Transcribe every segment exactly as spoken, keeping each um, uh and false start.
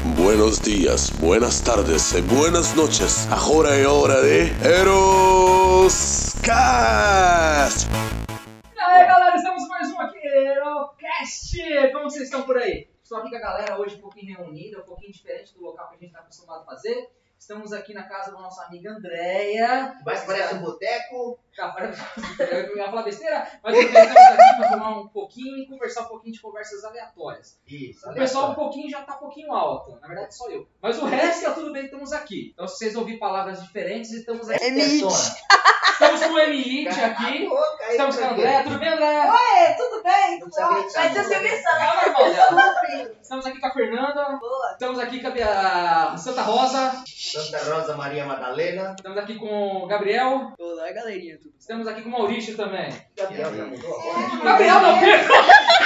Buenos días, buenas tardes e buenas noches. Agora é hora de Eroscast! E aí, galera, estamos mais um aqui, Erocast! Como vocês estão por aí? Estou aqui com a galera hoje um pouquinho reunida, um pouquinho diferente do local que a gente está acostumado a fazer. Estamos aqui na casa da nossa amiga Andréia. Mas parece um boteco. Eu ia falar besteira, mas estamos aqui para tomar um pouquinho e conversar um pouquinho de conversas aleatórias. Isso, O pessoal um pouquinho já está um pouquinho alto, na verdade só eu. Mas o resto tá tudo bem, estamos aqui. Então se vocês ouvirem palavras diferentes, estamos aqui. M I T. Estamos com o M I T aqui. Estamos com a Andréia. Tudo bem, Andréia? Oi, tudo bem? Não Tudo precisa ótimo. gritar, Vai ser não. Silvia Tá Santos. normal Eu sou dela. meu filho. Estamos aqui com a Fernanda. Boa. Estamos aqui com a Santa Rosa. Santa Rosa Maria Madalena. Estamos aqui com o Gabriel. Olá, galerinha, tudo Estamos aqui com o Maurício também. Gabriel já mudou agora. Gabriel, não, Pedro!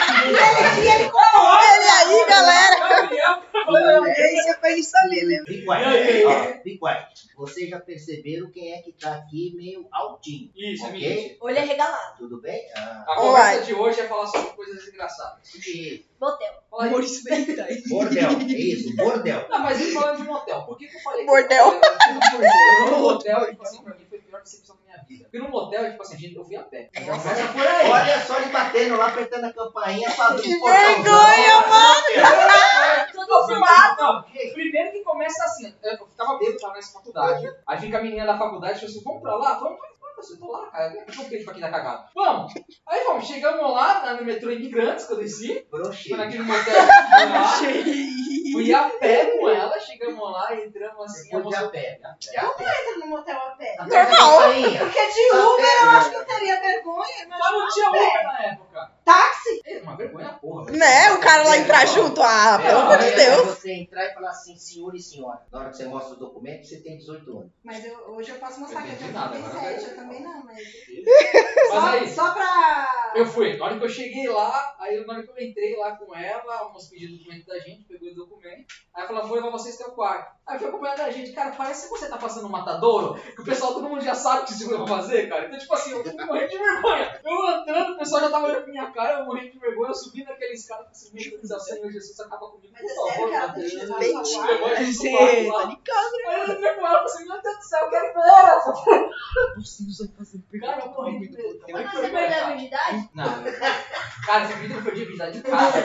E ele Olha aí, galera! Gabriel! Esse é pra gente saber, né? Be E quiet. aí? Ó, be quiet. Vocês já perceberam quem é que tá aqui meio altinho. Isso, Ok? amigo. olho arregalado. Tudo bem? Ah, A Olá. conversa de hoje é falar sobre coisas engraçadas. e Motel. Fala aí. Maurício Benita aí. bordel. É isso, bordel. Não, mas e falando de motel, por que, que eu falei Bordel. que eu falei no motel, tipo assim, pra mim foi a pior decepção da minha vida. Porque no motel, tipo assim, gente, eu fui a pé. Já começa por aí. Olha só ele batendo lá, apertando a campainha pra abrir Que o portãozão. vergonha, mano! Tudo zoado. Não, primeiro que começa assim, eu ficava bêbado, tava nessa faculdade, aí fica a menina da faculdade, falou assim, vamos pra lá? Vamos, vamos, eu tô lá, cara, eu tô quente pra aqui da cagada. Vamos! Aí vamos, chegamos lá no metrô Imigrantes, que eu desci, Broxê. foi naquele motel que eu lá, fui a pé com ela, chegamos lá, entramos assim, Foi de moça- a pé. Eu não entro no motel a pé. Aperta a Normal. campainha. Porque de Uber eu acho que eu teria vergonha. Mas não tinha a pé. Uber na época. Táxi? É uma vergonha porra. velho. Né? O cara lá entrar junto. Ah, pelo amor de É, Deus. você entrar e falar assim, senhor e senhora. Na hora que você mostra o documento, você tem dezoito anos. Mas eu, hoje eu posso mostrar que eu entendi já nada, tenho agora sete, vai- eu também não, mas... Mas aí, Só, só pra... eu fui. Na hora que eu cheguei lá, aí na hora que eu entrei lá com ela, a moça pediu o documento da gente, pegou o documento. Aí ela falou, vou levar vocês até o quarto. Aí foi acompanhando a gente, cara, parece que você tá passando um matadouro, que o pessoal, todo mundo já sabe o que você vai fazer, cara. Então, tipo assim, eu fui morrendo de vergonha. Eu andando, o pessoal já tava olhando pra minha cara, eu morrendo de vergonha, eu subi naquele escada, assim, meu Deus, Senhor Jesus, acaba comigo, Mas é por sério favor, que ela meu tem Deus. que levar Mentira, no eu quarto? vou ir pro Você quarto tá lá. de casa. Aí eu falei com ela, eu falei, meu Deus do céu, eu quero ir embora. Vocês vão fazer Cara, eu morri de medo. Mas você perdeu a virgindade? Não. Cara, você acredita que eu perdi a virgindade de casa?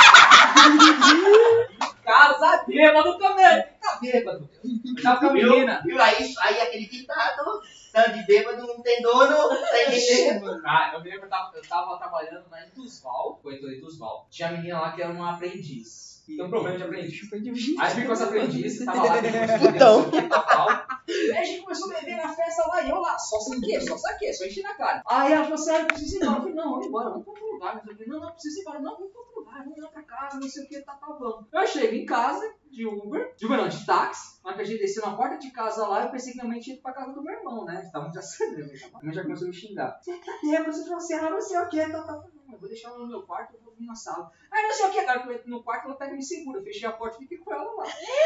Casa bêbado também. Tá bêbado. Já com a menina. Viu? Aí, aí aquele ditado, tá de bêbado, não tem dono, tá entendendo? Cara, eu me lembro que eu tava, eu tava trabalhando na Indusval, com a Indusval. Tinha a menina lá que era uma aprendiz. Tem um problema de aprendiz. Aí ficou essa aprendiz, tava lá com Putão. Aí a gente começou a beber na festa lá, e eu lá, só sem quê, só saquê, só enchi na cara. Aí ela falou, sério, preciso ir embora. Eu falei, não, vamos embora, vamos pra outro lugar. Não, sei o quê. Não, não, preciso ir embora. Não, vamos pra outro lugar, vamos lá pra casa, não sei o que, tá, tá, vamos. Eu chego em casa, de Uber, de Uber não, de táxi. Na hora que a gente desceu na porta de casa lá, eu pensei que minha mãe tinha ido pra casa do meu irmão, né? Estavam já sabendo, minha mãe já começou a me xingar. Você tá bêbado, você falou assim, ah, não sei o que, tá, tá. Não, eu vou deixar ela no meu quarto, eu vou vir na sala. Ah, não sei o que, cara, eu entro no quarto, ela pega e me segura. Eu fechei a porta e fiquei com ela lá.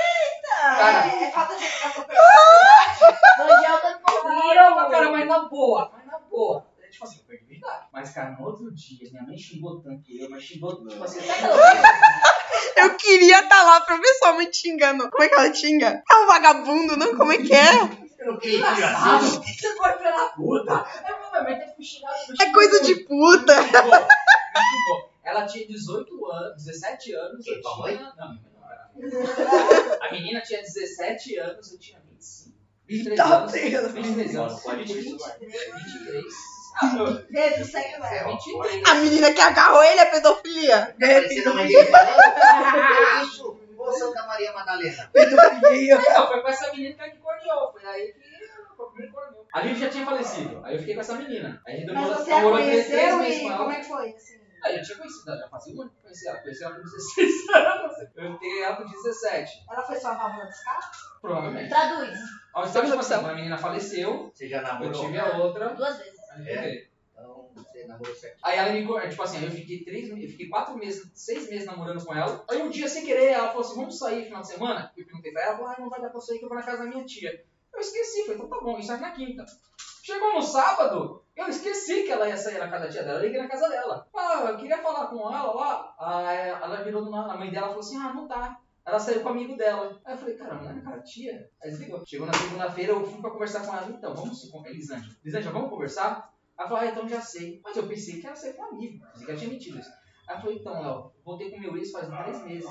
Cara. É, é falta de educação pela sociedade. Daniel dando porrada. Não, cara, mas na boa, mas na boa. É, tipo assim, eu perdi a verdade. Mas, cara, no outro dia, minha mãe xingou tanto eu, mas xingou, tipo assim, sabe aquela coisa? Eu queria estar lá pra pessoalmente xingando. Como é que ela xinga? É um vagabundo, não? Como é que é? Eu não queria Engraçado, assim. você pode pela puta. Aí minha mãe teve que me xingar. me É xingou coisa de muito. puta. Me xingou, me xingou. Ela tinha dezoito anos, dezessete anos. Que, Eu tua tinha... Não, minha mãe não era. A menina tinha dezessete anos, eu tinha vinte e cinco. vinte e três Tá anos. vendo? vinte e três anos. Pode vinte ir. e três. Ah, eu- Pedro, segue lá. É, vinte e três. A menina que agarrou ele é pedofilia. Parecendo uma gente falando. Isso, ô Santa Maria Madalena. Pedofilia. Não, foi com essa menina que ela que corneou. Foi aí que foi o primeiro corneou. A gente já tinha falecido. Aí eu fiquei com essa menina. Aí a gente Mas demorou você a namorou três- três conheceu meses e com ela. como é que foi? Assim? Aí eu tinha conhecido, já fazia um ano que conheci ela. Conheci ela com dezesseis anos. Eu peguei ela com dezessete. Ela foi sua válvula de escape? Provavelmente. Traduz. Ó, então, tipo assim, quando a menina faleceu, Você já eu namorou? tive a outra. Duas vezes. Aí eu É. peguei. Então, você namorou certo. Aí ela me cor- tipo assim, aí eu fiquei três, eu fiquei quatro meses, seis meses namorando com ela. Aí um dia, sem querer, ela falou assim, vamos sair no final de semana? Eu perguntei pra ela, ela falou, ah, não vai dar pra sair que eu vou na casa da minha tia. Eu esqueci, falei, então tá bom, isso era na quinta. Chegou no sábado, eu esqueci que ela ia sair na casa da tia dela, eu liguei na casa dela. Ah, eu queria falar com ela lá. Aí ela virou do nada, a mãe dela falou assim, ah, não tá. Ela saiu com o amigo dela. Aí eu falei, caramba, não é aquela tia? Aí desligou. Chegou na segunda-feira, eu fui pra conversar com ela. Então, vamos supor, Elisângela. Elisângela, vamos conversar? Ela falou, ah, então já sei. Mas eu pensei que ela saiu com um amigo. Pensei que ela tinha mentido isso. Aí eu falei, então, Léo, voltei com o meu ex faz três meses.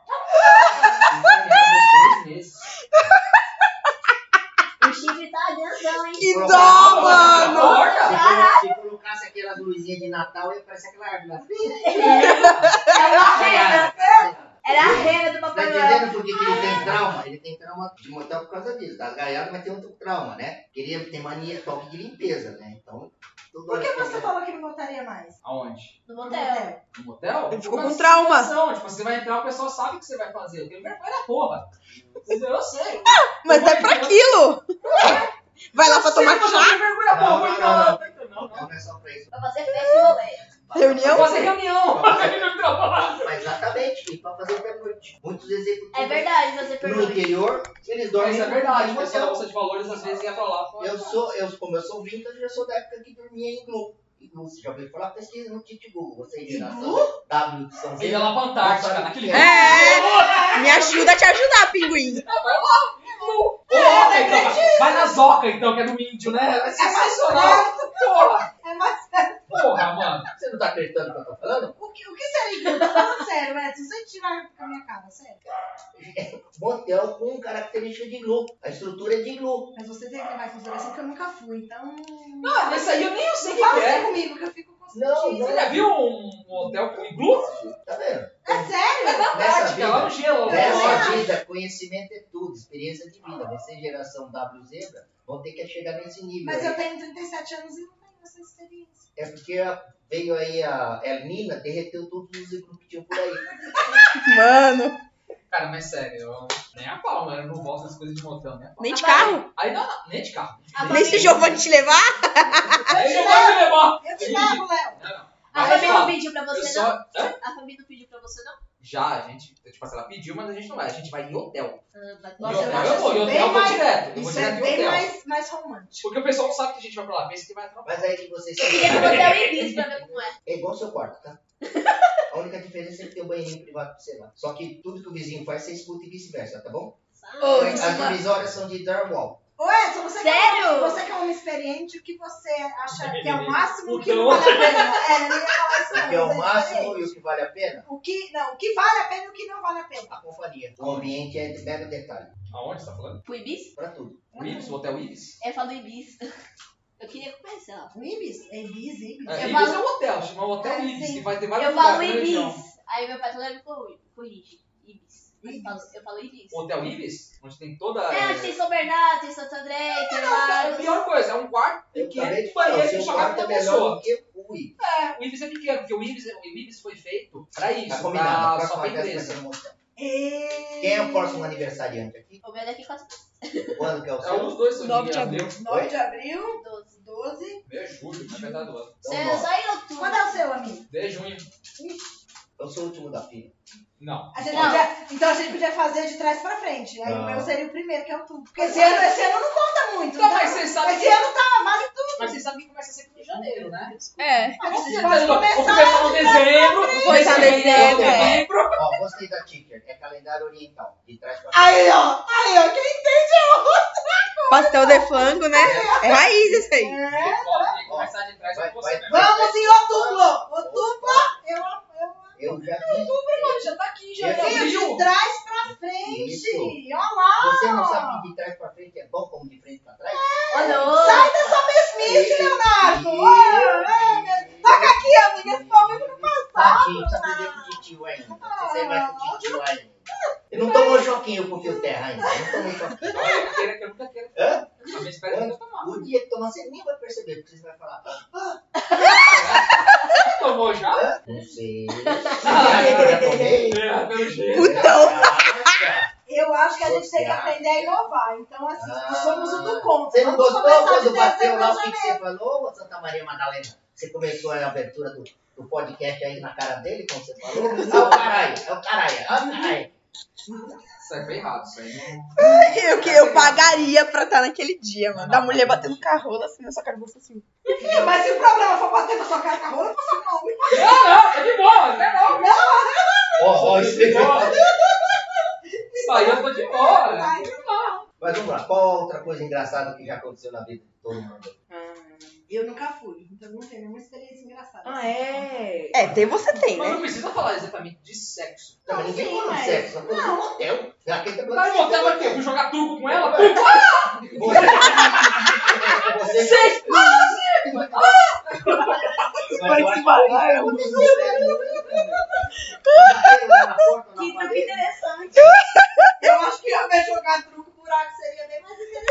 três meses. O chifre tá atenção, hein? Que dó, mano! Se, se colocasse aquelas luzinhas de Natal, ia parecer aquela árvore. Era a rena. Era a rena do Tá Papai Noel. entendendo por que que ele tem trauma? Ele tem trauma de motel por causa disso. Das gaiadas, mas tem outro trauma, né? Queria ter mania, toque de limpeza, né? Então, tudo Por que hora você falou que não voltaria mais? Aonde? No No motel. No motel? Ele ficou Uma com trauma. situação, Tipo, você vai entrar, o pessoal sabe o que você vai fazer. Eu tenho vergonha da porra. Entendeu? Eu sei. Mas é pra aquilo. Vai lá pra tomar Eu chá? tenho vergonha da porra. Não, Vou não, entrar não, lá. não. Não, não. Não é só pra isso. Pra fazer festa e rolê. Reunião? Vou fazer reunião. Mas exatamente, e pra fazer pernoite. Muitos executivos É verdade, você no perdoa. interior, eles dormem Isso é no verdade. O motel. pessoal da Bolsa de Valores às vezes ia pra lá. Eu sou, eu, como eu sou vintage, eu sou da época que dormia em iglu. Iglu, você já ouviu falar? Pesquisa no Tite Google. Você é geração W de São Ia Zé. lá pra Antártica, Sabe naquele o que É, me ajuda a te ajudar, pinguim. Ô, então, vai na Zoca, então, que é do índio, né? É sensacional. Porra. É mais Porra, mano. Você não tá acreditando no que eu tô falando? O que, o que seria iglu? Tô falando sério, Edson. Você tirar com a minha cara, sério. Motel com característica de iglu. A estrutura é de iglu. Mas você tem que levar em consideração que eu nunca fui, então... Não, nesse aí eu nem eu sei o Não que fala que assim é. comigo, que eu fico com Não, sentido. Você já viu um hotel com iglu? Tá vendo? É sério? É na Nessa Antártica, lá no gelo. Nessa Lógico. vida, conhecimento é tudo, experiência de vida. Você, geração W Zebra, vão ter que chegar nesse nível. Mas aí. eu tenho trinta e sete anos e não tenho essa experiência. É porque a- veio aí a El Nina, derreteu todos os iglus que tinham por aí. Mano, Cara, mas sério, eu, nem a pau, mano. Eu não gosto das coisas de motel, né? nem de carro. Aí não, não, nem de carro. A Nem se o Giovanni te levar. Aí eu vou me levar. Eu te levo, Léo. Não, não. A Mas, família não ó, pediu pra eu você, só- não? Hã? A família não pediu pra você, não? Já, a gente, tipo assim, ela pediu, mas a gente não vai. A gente vai em hotel. Ah, vai- Em Nossa, eu hotel acho eu vou, em assim, hotel bem eu vou mais- direto. Eu vou Isso é direto em bem hotel. mais, mais romântico. Porque o pessoal não sabe que a gente vai pra lá, pensa que vai atrapalhar. Mas aí que vocês Eu queria ir no motel Ibis pra ver como é. É igual o seu quarto, tá? A única diferença é que tem um banheirinho privado pra você lá. Só que tudo que o vizinho faz, você escuta e vice-versa, tá bom? Sabe? As divisórias são de drywall. Ô Edson, você que, é Sério? um, você que é um experiente, o que você acha que é o máximo que Então. não vale a pena? É, eu não ia falar isso não. Que é o mas máximo experiente. e o que vale a pena? O que, não, o que vale a pena e o que não vale a pena. A companhia. O ambiente é de mega detalhe. Aonde você tá falando? Pro Ibis? Pra tudo. O Ibis, o hotel Ibis? É, fala do Ibis. Eu queria começar. O Ibis? É Ibis, Ibis. É, Eu Ibis falo- é um hotel, chama Hotel É, Ibis, sim. que vai ter vários Eu falo lugares na região. Ibis. Aí meu pai toda hora me corri- corrige. Ibis. Mas eu falo- Eu falo Ibis. O Hotel Ibis, onde tem toda... É, onde tem São Bernardo, tem Santo André, É a Interlagos. pior coisa, é um quarto Eu pequeno, acabei de um falar, o banheiro seu que só cabe quarto é uma melhor pessoa. do que o I. É, o Ibis é pequeno, porque o Ibis, o Ibis foi feito pra isso, Tá pra, combinado. A só pra próxima vez vai empresa. ser no motel. E... Quem é o próximo aniversariante aqui? O meu daqui quase Quando que é o É seu? os dois são nove de de abril. nove de abril, doze. doze. É julho, na verdade do ano. Então, Você é nove. só em outubro. Quando é o seu, amigo? De junho. Eu sou o último da fila. Não. A gente Não. podia, então a gente podia fazer de trás pra frente. Aí Não. o meu seria o primeiro, que é o tudo. Porque esse ano, esse ano não conta muito. Não, né? mas vocês sabem Esse que, ano tá, vale tudo. mas vocês sabem que começa sempre em janeiro, né? É. A gente Vou pode começar começar. no dezembro, Começar em dezembro, é. novembro. Ó, gostei da Ticker. É calendário oriental. De trás pra frente. Aí, ó. Aí, ó. Quem Pastel de flango, né? É raiz isso aí. é? Tem que começar de trás pra Vai- você vai- mesmo. Vamos em outubro. Outubro, eu, eu, Eu já vi. Mano, já tá aqui, já é Eu eu abril. de trás pra frente. Isso. Olha lá. Você não sabe que de trás pra frente é bom como de frente pra trás? Olha, Sai dessa mesmice, Leonardo. Isso. Olha, olha. Toca aqui, amiga. Esse momento não passa. Tadinho, precisa aprender com o tio ainda. Você vai com o tio ainda. Ele não tomou choquinho com o fio terra ainda. Não tomou choquinho. Olha, eu queria que eu nunca quero. Hã? A minha espera é que eu tomar. O dia que tomar, você nem vai perceber, porque você vai falar. Tomou já? Hã? Não sei. Eu já tomei. É, pelo jeito. Putão. Caraca. Eu acho que a gente tem que Você aprender a inovar. Então, assim, nós somos o do contra. Você não Vamos gostou começar quando de bateu dezembro lá a o que, que janeiro. você falou, ô Santa Maria Madalena? Você começou a abertura do, do podcast aí na cara dele, como você falou? É o caralho, é o caralho, é o caralho. Isso aí foi errado, isso aí não... Eu que eu pagaria pra estar naquele dia, mano. Da mulher batendo carrola assim na sua cara, você assim. Filha, mas se o problema for bater na sua cara com a rola, eu faço não. Não, não, tá de boa, não é não. Ó, ó, isso aí. Isso aí eu tô de boa. Vai. Mas vamos lá, qual outra coisa engraçada que já aconteceu na vida de todo mundo? Eu nunca fui, então não tenho nenhuma experiência engraçada. Ah, é? É, ter você tem, Mas não né? precisa falar exatamente de sexo. Não, mas ninguém sim, fala de mas- sexo, só coisa no motel. Aquele tá Tá no motel, vai ter, eu vou jogar truco com ela? Você, você, Vai se barrar. Que truque interessante. Eu acho que ao invés de jogar truco, o buraco seria bem mais interessante.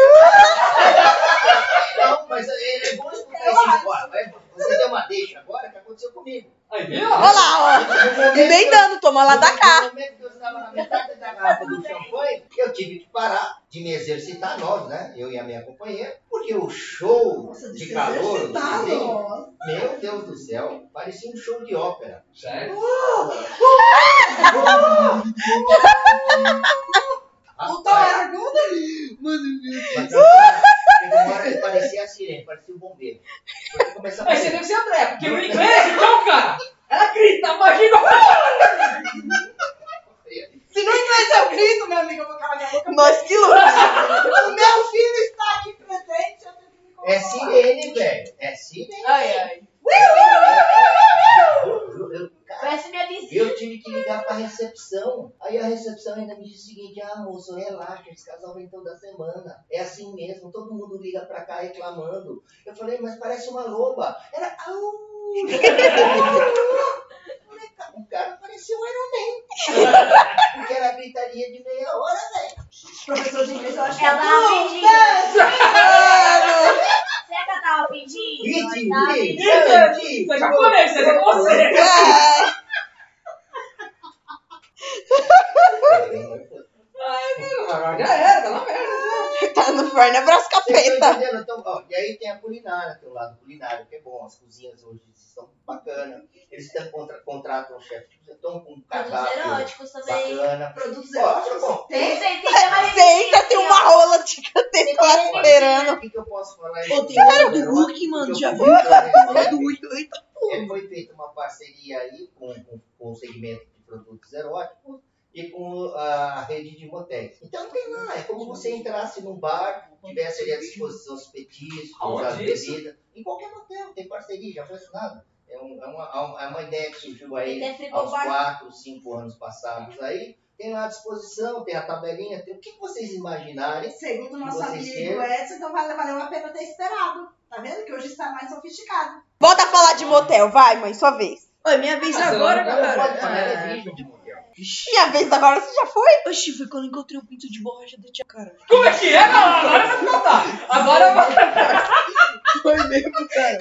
Não, mas é, é bom escutar isso agora. Vai, você deu uma deixa agora que aconteceu comigo. Aí, viu? Olha lá, ó. Emendando, toma lá da cá. No momento que eu estava na metade da garrafa do champanhe, eu tive que parar de me exercitar, nós, né? Eu e a minha companheira, porque o show Nossa, de de se calor, do exercitar, desenho, nossa. meu Deus do céu, parecia um show de ópera. Sério? O Tom era agudo? Mas chegou uma hora que parecia a sirene, parecia o bombeiro. Porque começava Mas você deve ser André, porque no inglês, então, cara, ela grita, imagina. Se não tivesse eu grito, meu amigo, eu vou calar minha boca. Nós que luta. O meu filho está aqui presente, eu tenho que me É controlar. sirene, velho. É sirene. Ai, ai. Eu, eu, cara, Parece minha vizinha. eu tive que ligar pra recepção. Aí a recepção ainda me disse o seguinte: ah, moço, relaxa, esse casal vem toda semana. É assim mesmo, todo mundo liga pra cá reclamando. Eu falei, mas parece uma loba. Era. Au! O cara parecia um Iron Man. Porque era gritaria de meia hora, velho. Professor de inglês, eu acho que Ela tava é pedindo. Será que ela tava pedindo? Rit, Ela tava rit, pedindo. rit. Você é japonês, você é você. Ai, Já era, tá na merda. tá no forno, abraço Vocês estão capeta. entendendo? Então, ó, e aí tem a culinária, tem o lado culinário, que é bom. As cozinhas hoje estão bacanas. Eles estão contra, contratam um chefe, tipo, estão com um Produtos cardápio eróticos também. bacana. Produtos Ó, eróticos. bom, Tem, Tem? tem, tem uma Aceita, tem uma rola de cateta lá o esperando. que, que eu posso falar? Pô, tem Sério? o do Hulk, mano, Porque já eu viu? fui, né, Do Hulk, eita. É, foi feita uma parceria aí com, com, com o segmento de produtos eróticos e com a rede de motéis. Então tem lá, é como você entrasse num bar, tivesse ali à disposição os petiscos, Aonde as isso? bebidas. Em qualquer motel, tem parceria, já foi assinado. É, um, é, uma, é uma ideia que surgiu aí Tem frigobar. aos quatro, cinco anos passados aí. Tem lá à disposição, tem a tabelinha, tem o que vocês imaginarem. Segundo o nosso Vocês amigo queiram? Edson, então vale- valeu a pena ter esperado. Tá vendo? Que hoje está mais sofisticado. Volta a falar de motel, vai, mãe, sua vez. Oi, minha vez Mas agora, ela Ela não cara. pode falar, ela é Ah, virgem de motel. Minha vez agora, você já foi? Oxi, foi quando eu encontrei o pinto de borracha da tia cara. Como é que é? Não, agora você não tá. Agora vai. Foi mesmo, cara.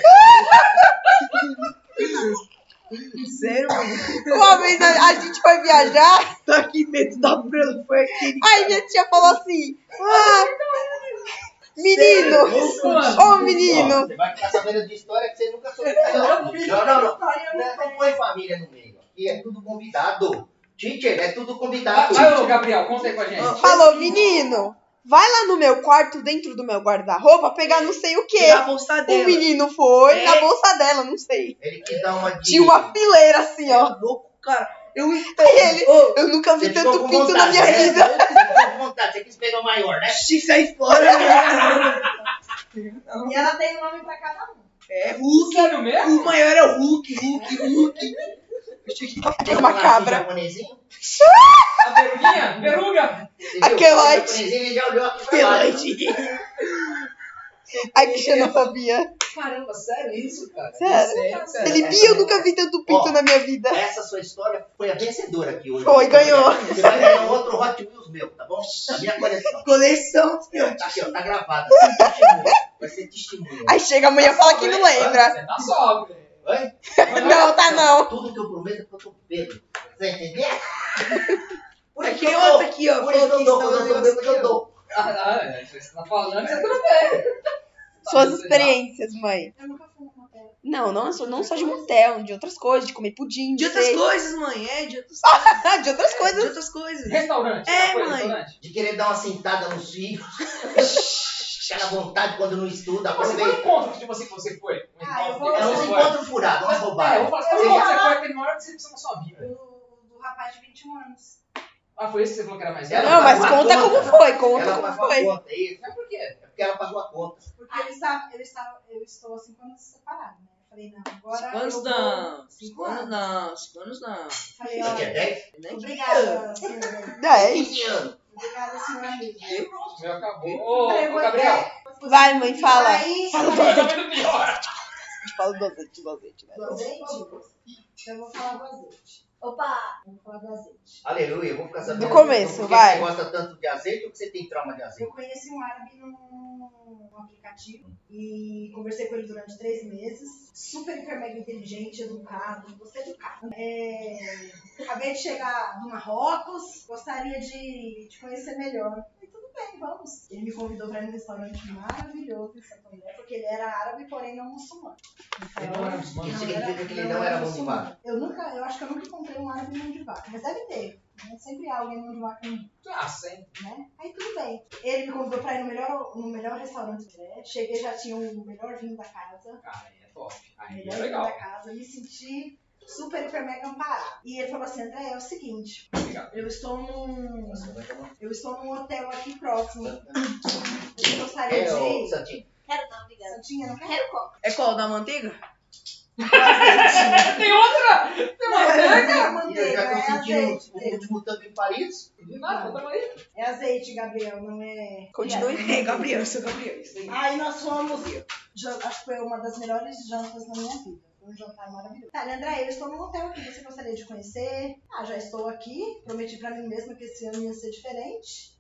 Sério, mano? Uma vez a, a gente foi viajar, Tá aqui dentro da franja, foi aquele. aí minha tia falou assim, ah, menino, ô menino. Ó, você vai ficar sabendo de história que você nunca soube. Não, não, não. Não, não põe família no meio. Aqui é tudo convidado. Teacher, é tudo convidado. Vai, ô, Gabriel, conta aí pra gente. Falou, menino, vai lá no meu quarto, dentro do meu guarda-roupa, pegar não sei o quê. Da bolsa O dela. menino foi É. na bolsa dela, não sei. Ele quis dar uma de... Tinha uma fileira assim, ó. Tá louco, cara. Eu então. Aí ele, Ô, eu nunca vi Você ficou tanto com pinto vontade, na minha né? vida. Você ficou com vontade, você quis pegar o maior, né? se sair fora, né? E ela tem um nome pra cada um. É Hulk. Sério mesmo? O maior é o Hulk, Hulk, Hulk. Tem uma cabra. Japonesinho? A peruguinha? Peruga? Você viu? Aquelote. O japonesinho, ele já olhou aqui pra baixo. Ai, que xenofobia. Caramba, sério isso, cara? Sério? cara. Ele viu, eu nunca vi tanto pinto Ó. na minha vida. Essa sua história foi a vencedora aqui hoje. Foi, ganhou. Você vai ganhar outro Hot Wheels meu, tá bom? Da minha coleção. Coleção, meu. Tá aqui, ó, tá gravado. Vai ser testemunha. Vai ser testemunha. Aí chega amanhã e fala que não lembra. Você tá sóbrio. Oi? Não, tá não. Tudo que eu prometo é porque eu tô bêbado. Você entendeu? Por isso Tem que eu outra dou. aqui, ó. Por isso que eu dou. Falou Quando eu tô que bêbado, eu dou. Ah, não, você tá falando, você tudo bem. Suas experiências, mãe. Eu nunca fui numa motel. Não, não, só- não só de motel, de outras coisas, de comer pudim, De outras sei. coisas, mãe. É, de outras Ah, de outras De coisas. outras coisas. Restaurante. É, já foi mãe. restaurante? De querer dar uma sentada nos filhos. Aquela vontade quando não estuda. Mas Você qual vem. encontro que você, você foi? Um Ah, eu encontro vou- que É você um foi? encontro furado, uma É, eu roubada. vou falar, qual Eu encontro vou você falar. foi aquele maior decepção na sua vida? Do, do rapaz de vinte e um anos. Ah, foi esse que você falou que era mais velho? Ela Não, mas pagou a conta conta. como foi, conta Ela como pagou a foi. conta, é isso. Mas por quê? É porque ela pagou a conta. Porque eu estava, eu estava, eu estou há cinco anos separado, né? Eu falei, não, agora Cinco anos eu não. vou... Cinco anos não. Cinco anos não. Falei, Isso aqui é olha, dez? Nem obrigada, senhora. dez. quinze anos. Obrigada, senhora amiga. O meu acabou. Ô, Falei, ô vou Gabriel. até- Vai, mãe, fala. Aí, Tá muito pior. A gente fala do azeite, do azeite. Vai. do azeite? Então eu vou falar do azeite. Opa! Vou falar do azeite. Aleluia, eu vou ficar sabendo. Do começo, por que vai. você gosta tanto de azeite ou que você tem trauma de azeite? Eu conheci um árabe num, num aplicativo e conversei com ele durante três meses. Super, hiper, mega inteligente, educado, gostei do cara. É, acabei de chegar do Marrocos, gostaria de te conhecer melhor. E tudo bem, vamos. Ele me convidou para ir num restaurante maravilhoso em Santo André, porque ele era árabe, porém não muçulmano. Então, Ele não era muçulmano? Isso significa que ele não era mão de vaca. Eu nunca, eu acho que eu nunca encontrei um árabe mão de vaca, mas deve ter. Né? Sempre há alguém mão de vaca no mundo. Ah, sempre. Né? Aí tudo bem. Ele me convidou pra ir no melhor, no melhor restaurante do André. Cheguei, já tinha o melhor vinho da casa. Cara, aí é top. Aí Melhor é vinho legal. da casa. Me senti super, hiper, mega amparado. E ele falou assim, André, é o seguinte. Obrigado. Eu estou num... Nossa, vai tomar. Eu estou num hotel aqui próximo. Eu gostaria É, de ô, ir. Santinho. Quero não, obrigada. Santinha, não quer? Quero coca. É qual? Da manteiga? Tem outra? Tem Não, uma é manteiga? manteiga, Eu já é tô sentindo azeite. o último tanto em Paris. Nada, tamo aí. É azeite, Gabriel, não é... Continue. Ei, Gabriel, eu sou Gabriel. Isso aí. Aí nós fomos, jan- acho que foi uma das melhores jantas na minha vida. Foi um jantar maravilhoso. Tá, André, eu estou num hotel aqui, você gostaria de conhecer? Ah, já estou aqui, prometi pra mim mesma que esse ano ia ser diferente.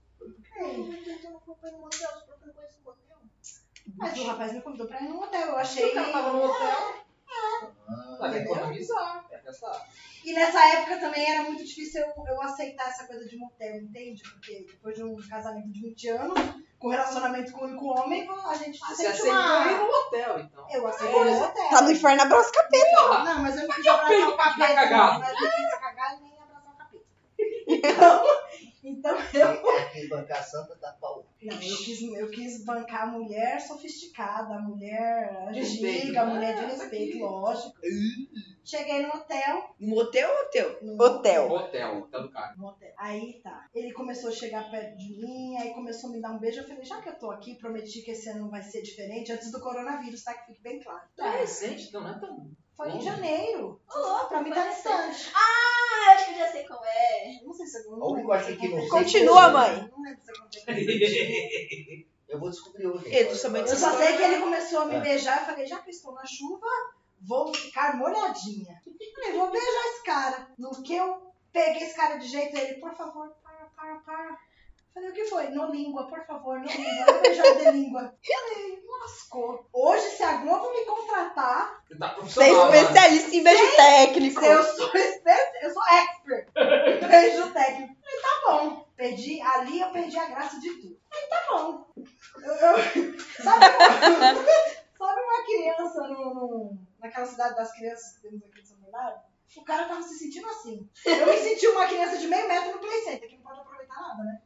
Mas o rapaz me convidou pra ir num hotel, eu achei... O cara tava no hotel. Ah, Vai ter que economizar. É gastar. E nessa época também era muito difícil eu, eu aceitar essa coisa de motel, entende? Porque depois de um casamento de vinte anos, com relacionamento com o único homem, a gente Você sente aceitou ir uma... no hotel, então. Eu aceitei no hotel. Tá no inferno, abraça o capeta. Porra. Não, mas eu não quis que eu abraçar perco o pra ficar capeta, cagado? não, mas eu não quis cagar e nem abraçar o capeta. Então, então eu... É que bancar a santa tá pau. Não, eu quis, eu quis bancar a mulher sofisticada, a mulher Respeito, antiga, a né? mulher de respeito, lógico. Cheguei no hotel. No motel ou hotel? No Hotel. Hotel, hotel do cara. no hotel. Aí tá. Ele começou a chegar perto de mim, aí começou a me dar um beijo. Eu falei, já que eu tô aqui, prometi que esse ano vai ser diferente, antes do coronavírus, tá? Que fique bem claro. É recente, então não é tão... Foi em Bom. janeiro. Ô, louco, Pra mim foi tá recente. distante. Ah, eu acho que eu já sei qual é. Eu não sei se eu não A única lembro coisa se eu que não contei. sei- Continua, mãe. Não lembro se eu contei. Eu vou descobrir hoje. Ei, tu também Eu só sei que ele começou a me É. beijar. Eu falei, já que eu estou na chuva, vou ficar molhadinha. Falei, vou beijar esse cara. No que eu peguei esse cara de jeito, ele, por favor, para, para, para. Falei, o que foi? No língua, por favor, no língua. Não beijar de língua. Falei, lascou. Hoje, se a Globo me contratar, Você tá Você é profissional, né? especialista em beijo técnico. se eu sou expert, eu sou expert em beijo técnico. Falei, tá bom. Perdi, ali eu perdi a graça de tudo. Falei, tá bom. Eu, eu, sabe, uma, sabe uma criança no, no, naquela cidade das crianças que temos aqui em São Bernardo? O cara tava se sentindo assim. Eu me senti uma criança de meio metro no Play Center, que não pode aproveitar nada, né?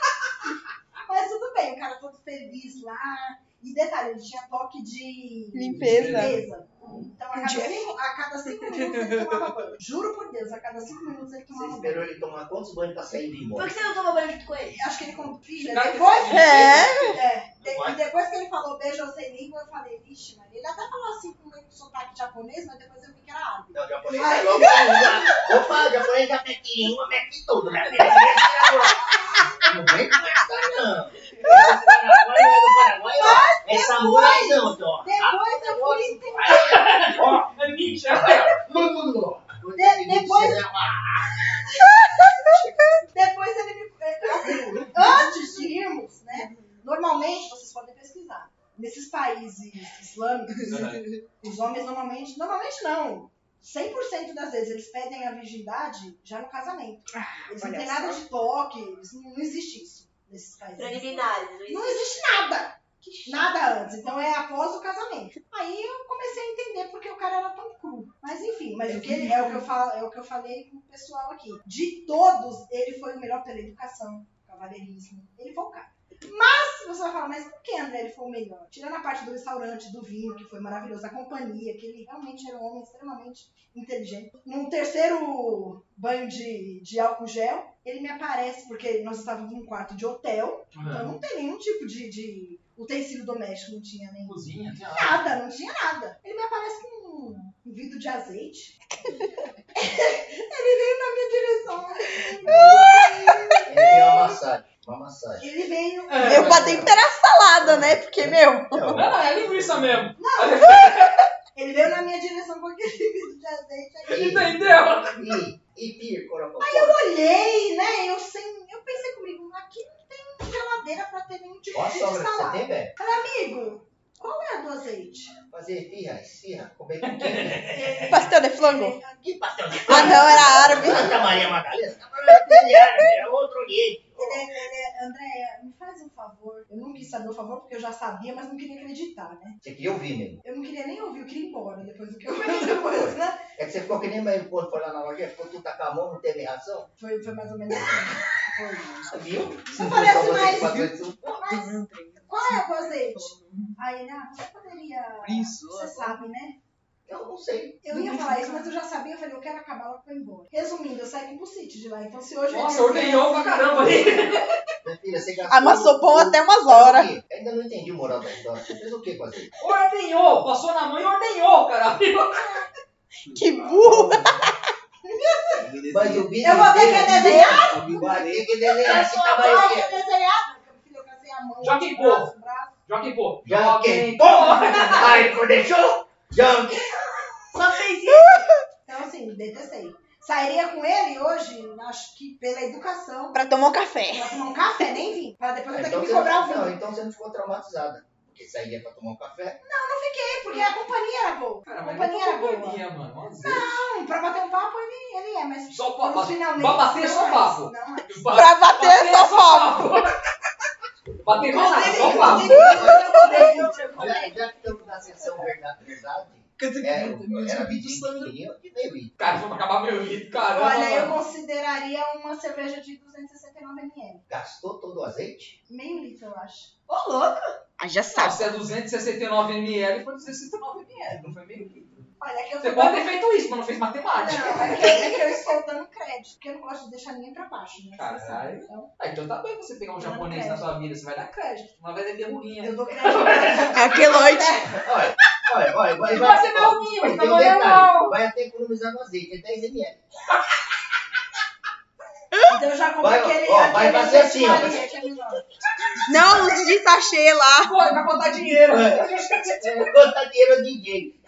Mas tudo bem, o cara todo feliz lá. E detalhe, ele tinha toque de Limpeza. limpeza. Então, a cada, cinco, a cada cinco minutos ele tomava banho. Juro por Deus, a cada cinco minutos ele Você tomava banho. esperou ele tomar quantos banhos pra sair e ir Por embora? que você não toma banho junto com ele? Acho que ele como filha. Cara, Depois, É. é, de- e depois que ele falou beijo sem língua, eu falei, vixe, Maria. Ele até falou assim com um sotaque japonês, mas depois eu vi que era árabe. Não, o japonês Ai. é logo. Opa, o japonês já mete uma, mete tudo, né? Não vem com essa, não. Do Paraguai, não é do Paraguai, ó. É samurai, não, ó. Depois eu fui entender. Ó, É ninja. De- depois- Depois ele me. Assim, antes de irmos, né? Normalmente, vocês podem pesquisar. Nesses países islâmicos, os homens normalmente. Normalmente não. cem por cento das vezes eles pedem a virgindade já no casamento. Eles não olha têm só. nada de toque, eles não, não existe isso nesses países. Preliminares, não Não existe. existe nada. Nada antes. Então é após o casamento. Aí eu comecei a entender porque o cara era tão cru. Mas enfim, mas o que ele, é, o que eu falo, é o que eu falei com o pessoal aqui. De todos, ele foi o melhor pela educação, cavalheirismo. Ele foi o cara. Mas você vai falar, mas por que André ele foi o melhor? Tirando a parte do restaurante, do vinho, que foi maravilhoso, a companhia, que ele realmente era um homem extremamente inteligente. Num terceiro banho de, de álcool gel, ele me aparece, porque nós estávamos num quarto de hotel, então não tem nenhum tipo de, de utensílio doméstico, não tinha nem Cozinha, tinha nada, não tinha nada. Ele me aparece com um, um vidro de azeite. Ele veio na minha direção. Ele deu uma massagem. Uma massagem. Ele veio. É, Eu pra temperar a salada, né? Porque, meu. Não, não, é linguiça mesmo. Ele veio na minha direção com aquele vidro de azeite. Aí Entendeu? E, e pir, corocó. Aí eu olhei, né? Eu, sem, eu pensei comigo, aqui não tem geladeira pra ter nenhum tipo Olha de só, você salada. tem, velho? Amigo, qual é a do azeite? Fazer firra, esfirra, comer com quem? Pastel de flango? Que pastel de Ah, não, era árabe. Santa Maria Madalena? Santa Maria Madalena, é outro oriente. Ele, é- ele, é- Andréia, me faz um favor. Eu não quis saber o favor porque eu já sabia, mas não queria acreditar, né? Você queria ouvir mesmo. Eu não queria nem ouvir, eu queria ir embora depois do que eu fiz depois, né? É que você ficou que nem meio quando foi lá na loja, ficou tu tacar a mão, não teve reação? Foi, foi mais ou menos assim. Foi. Viu? Não parece Só você mais. que passou isso. Mas qual é o azeite? Aí ele, ah, você poderia. Isso. Você sabe, né? Eu não sei. Eu ia falar isso, mas eu já sabia. Eu falei, eu quero acabar logo pra ir embora. Resumindo, eu saí com o bucite de lá. Então, se hoje. Nossa, ordenhou pra caramba aí. Minha filha, você gastou... Amassou pão até umas Fez o horas. quê? Ainda não entendi o moral da história. Você fez o quê com a gente? Ordenhou, passou na mão e ordenhou, caralho. Que burro. Mas o vídeo Eu vou ter que desenhar? Vai ter que desenhar. Esse Eu tamanho vou aqui. ter que desenhar. Meu filho, eu casei a mão. Joga em o cor. braço, o braço. Joga pô. Já que Aí, por deixou? Já Só fez isso. Então, assim, detestei. Sairia com ele hoje, acho que pela educação. Pra tomar um café. Pra tomar um café, nem vim. Pra depois eu ter que Então me você cobrar o não, vinho. então você não ficou traumatizada. Porque sairia pra tomar um café. Fiquei, porque a companhia era boa. Cara, A mas companhia era não boa. companhia, mano. Um azeite. Não, pra bater um papo ele, ele é, mas. Só pra, pelos pra, finalmente, pra bater só não papo. é. Não é. Ba- Pra bater só papo. Bater mais nada, só papo. Já, já que estamos na sessão verdade, verdade é, era vidinho pequenininho que veio isso. Cara, vamos acabar meu ritmo, caramba. Olha, eu mano. consideraria uma cerveja de duzentos e sessenta e nove mililitros. Gastou todo o azeite? Meio litro, eu acho. Ô, louco. Ah, já Não, sabe. se é duzentos e sessenta e nove mililitros, foi duzentos e sessenta e nove mililitros, não foi meio litro. Olha, é que eu Você tô pode dando... ter feito isso, mas não fez matemática. Não, é que, é que eu estou dando crédito, porque eu não gosto de deixar ninguém pra baixo, né? Caralho. Você sabe, então, Ah, então tá bem você pegar um Dando japonês na crédito. sua vida, você vai dar crédito. Uma vez é verruguinha. eu dou crédito pra... Aqueloide. Olha, olha, olha. Vai, Não vai ser verruguinha, mas tem tá um morrendo detalhe. não. Vai até economizar no azeite, é dez mililitros. Então eu já comprei Vai, aquele... ó, aquele vai fazer assim, ó. Maria, que é melhor. Não, os de sachê lá. Pô, vai contar dinheiro. Conta dinheiro ao D J.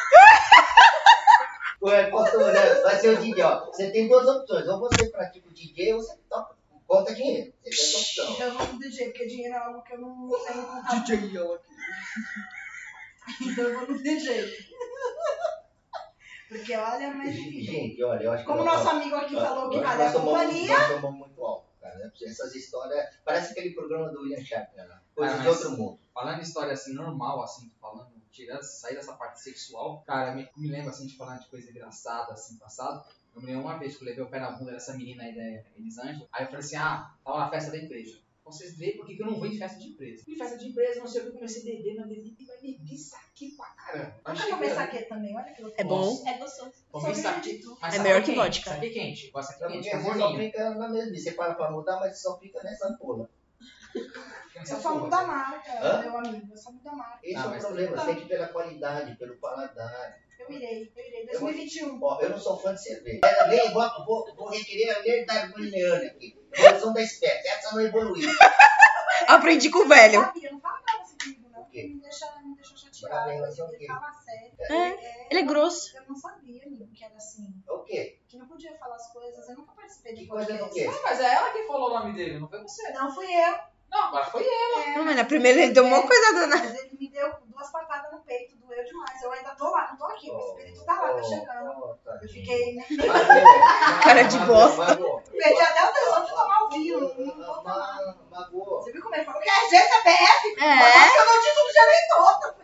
Ué, pastor, né? Vai ser o D J, ó. Você tem duas opções. Ou você pratica o D J ou você toca, conta dinheiro. Você tem essa opção. Então eu vou no D J, porque dinheiro é algo que eu não tenho contato. D J ó. Então eu vou no D J. Porque olha, mas difícil. Gente, olha, eu acho que... Como o nosso amigo aqui falou que Nós- vale a nós tomamos- companhia, Nós tomamos muito álcool, cara. Né? Essas histórias... Parece aquele programa do William Shatner, né? Coisas Ah, de mas- outro mundo. Falando em história assim, normal, assim, falando, tirando, sair dessa parte sexual, cara, me, me lembro assim de falar de coisa engraçada, assim, passado. Eu me lembro uma vez que eu levei o pé na bunda dessa menina aí da Elisângela. Aí eu falei assim, ah, tava na festa da empresa. Vocês veem por que que eu não vou em festa de empresa. Em festa de empresa, não sei o que, eu comecei a beber, mas bebi, mas bebi saque pra caramba. eu já comer saque também, olha que loucura. É bom. É gostoso. Comi saque, mas É saque melhor que quente, vodka. Saque quente, gosta de Só saque porque quente, que é você só morninho. fica na mesma. Você para pra mudar, mas só fica nessa ampola. Eu só mudo a marca, Hã? meu amigo. Eu só mudo a marca. Esse Ah, é o mas problema. tá. Você tem que ir pela qualidade, pelo paladar. Eu irei, eu irei. dois mil e vinte e um. Ó, eu não sou fã de cerveja. Ela vem, vou, vou, vou requerer a herdade boliviana aqui. Evolução da espécie. Essa não evoluiu. Aprendi com o velho. Sabia, não fala nada assim comigo, não. O quê? Porque me deixa, me deixa Brava chateada. em relação ao Ele quê? fala sério. É, ele é grosso. Eu não sabia, amigo, que era assim. O quê? Que não podia falar as coisas. Eu nunca participei de Que coisa do podcast. quê? Ah, mas é ela que falou o nome dele, não foi você. Não fui eu. Não, agora foi ele. É, Não, mas na primeira ele deu uma coisa dana. mas ele me deu duas patadas no peito, doeu demais. Eu ainda tô lá, não tô aqui. O espírito tá lá, tá chegando. Oh, Eu tadinho. fiquei, né? Cara de bosta. Magoou. Perdi até o tesão de tomar o vinho. Não vou tomar. Ma- Magoou. Você viu como ele falou? Que é G C P F? É. Nossa, eu não disse o gerei todo.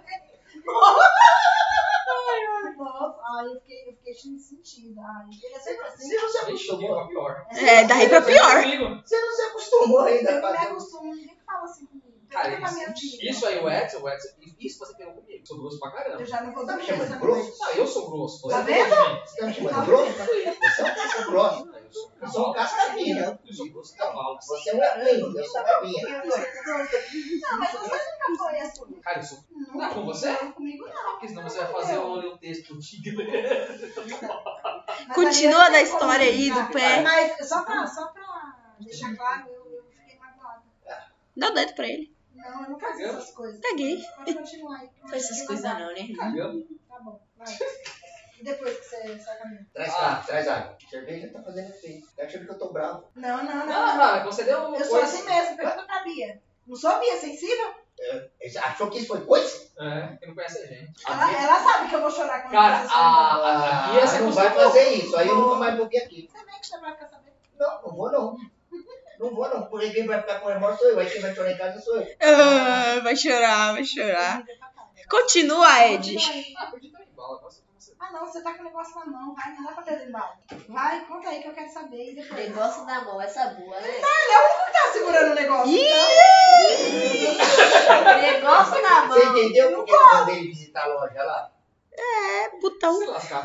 Nossa, ai, eu fiquei, eu fiquei sentindo. Ai, ele é sempre assim. Você não se acostumou acostumou. pra pior. É, daí pra pior. Comigo. Você não se acostumou ainda Eu com não me a acostumo, ninguém que fala assim comigo. Cara, Pergunta pra isso, minha filha. isso aí, o Edson, o Edson, isso você pegou comigo. Sou grosso pra caramba. Eu já não vou Tá me dormir chamando essa de grosso? noite. Ah, eu sou grosso. Você Tá é vendo? grosso de mim. Você tá me chamando de grosso? Você é um casca grosso. Eu sou Eu sou um cascavinha. Eu sou grosso de cavalo. Você é um epinho, eu sou uma minha. Não, mas você nunca foi assim. Cara, eu sou. Não, Não, com você? comigo não. Porque senão você vai fazer eu ler o texto pro tigre. Mas Continua aí da eu história aí do comigo, pé. Mas só pra, só pra deixar claro, eu, eu fiquei magoada. Dá o dedo pra ele. Não, eu não faço essas coisas. Caguei. Pode continuar aí. Não faz essas coisas não, né? Cagamos. Tá bom, vai. E depois que você sai caminho? Traz Ah. água, traz água. Cerveja tá fazendo efeito. Tá achando que eu tô bravo. Não, não, não. Não, não, você deu Eu sou assim mesmo, pergunta pra Bia. Não sou a Bia, sensível? Você achou que isso foi coisa? É, que não conhece a gente. A Ela, Bia- ela sabe que eu vou chorar quando Cara, você a, a, a Bia se Ah, não vai acostumou. fazer isso. Aí eu nunca mais vou vir aqui. Você vem que você vai ficar sabendo. Não, não vou não. Não vou não. Porque quem vai ficar com remorso sou eu. Aí quem vai chorar em casa sou eu. Ah, vai chorar, vai chorar. Continua, Ed. Ah, perdi também bala. Agora você toma cerveja. Ah, não, você tá com o negócio na mão. Vai, não dá pra ter embalo. Vai, conta aí que eu quero saber. E depois. Negócio da mão, essa boa, né? Não tá segurando o negócio. Negócio na Você mão. entendeu por que eu mandei ele visitar a loja lá? É, putão. Se lascar.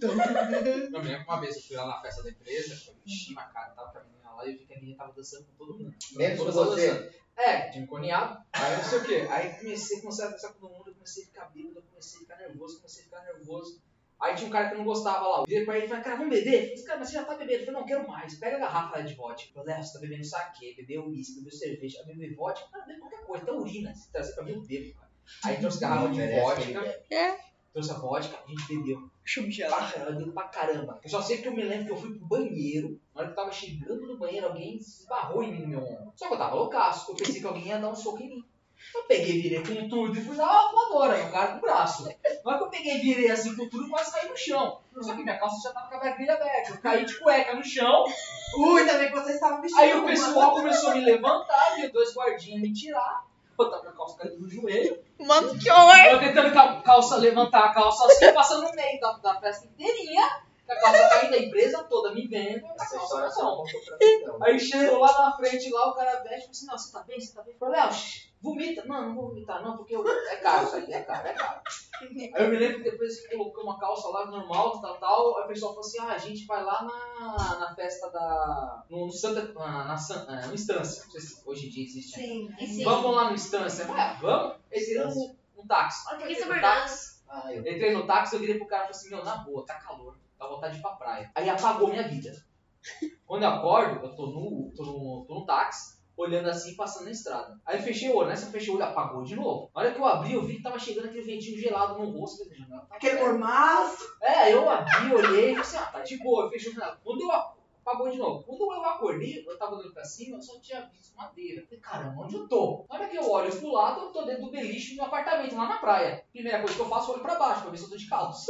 Eu me lembro que uma vez eu fui lá na festa da empresa, eu enchi uma cara, tava com a menina lá e eu vi que a menina tava dançando com todo mundo. Menos com Todas elas você. dançando. É, tinha me coneado. Aí eu não sei o quê. Aí comecei, comecei a dançar com todo mundo, eu comecei a ficar bêbado, eu comecei a ficar nervoso, comecei a ficar nervoso. Aí tinha um cara que eu não gostava lá. Eu virei pra ele e falei, cara, vamos beber? Eu falei, cara, mas você já tá bebendo. Eu falei, não, quero mais. Pega a garrafa de vodka. Eu falei, Léo, você tá bebendo saquê, bebeu uísque, bebeu cerveja, bebeu vodka. Cara, bebe qualquer coisa, até urina. Se trazer pra mim, eu bebo, cara. Aí trouxe garrafa de Merece vodka. É. Trouxe a vodka, a gente bebeu. Chum Pra gelado. caramba, deu pra caramba. Eu só sei que eu me lembro que eu fui pro banheiro. Na hora que eu tava chegando no banheiro, alguém se esbarrou em mim no meu ombro. Só que eu tava loucaço. Eu pensei que alguém ia dar um soco em mim. Eu peguei, virei com tudo e fui dar uma voadora no cara com o braço. Na hora que eu peguei, virei assim com tudo, quase caí no chão. Só que minha calça já tava com a barriga aberta. Eu caí de cueca no chão. Ui, também que vocês estavam vestindo. Aí o pessoal começou a me levantar, e dois guardinhas me tirar. Eu tava com a calça caindo no joelho. Mano, que horror. Eu tentando cal- calça, levantar a calça assim, passando no meio da, da festa inteirinha. Com a calça caindo, a empresa toda me vendo. A Essa calça história no só chão. contou pra mim, não. Aí chegou lá na frente, lá o cara veste e falou assim, não, você tá bem, você tá bem? Eu falei, Léo, shh, vomita. Não, não vou vomitar não, porque eu... é caro isso aí, é caro, é caro. Aí eu me lembro que depois colocou uma calça lá normal, tal, tal. Aí o pessoal falou assim, ah, a gente vai lá na, na festa da... No, no Santa... Na, na, San- é, no Instância. Não sei se hoje em dia existe. Sim. Sim. Vamos lá no Instância. Vai, vamos. Entrei no, no táxi. Na hora que eu Isso entrei é no verdade. táxi, Ah, eu... entrei no táxi, eu virei pro cara e falei assim, meu, na boa, tá calor. Dá vontade de ir pra praia. Aí apagou minha vida. Quando eu acordo, eu tô no, tô no, tô no táxi, olhando assim, passando na estrada. Aí eu fechei o olho, nessa eu fechei o olho, apagou de novo. Na hora que eu abri, eu vi que tava chegando aquele ventinho gelado no rosto. Eu falei, janela tá Aquele aberta. mormaço. É, eu abri, olhei e falei assim, ah, tá de boa, eu fechei o janela. Quando eu a- apagou de novo. Quando eu acordei, eu tava olhando pra cima, eu só tinha visto madeira. Eu falei, caramba, onde eu tô? Na hora que eu olho pro lado, eu tô dentro do beliche do meu apartamento, lá na praia. Primeira coisa que eu faço, eu olho pra baixo, pra ver se eu tô de calço.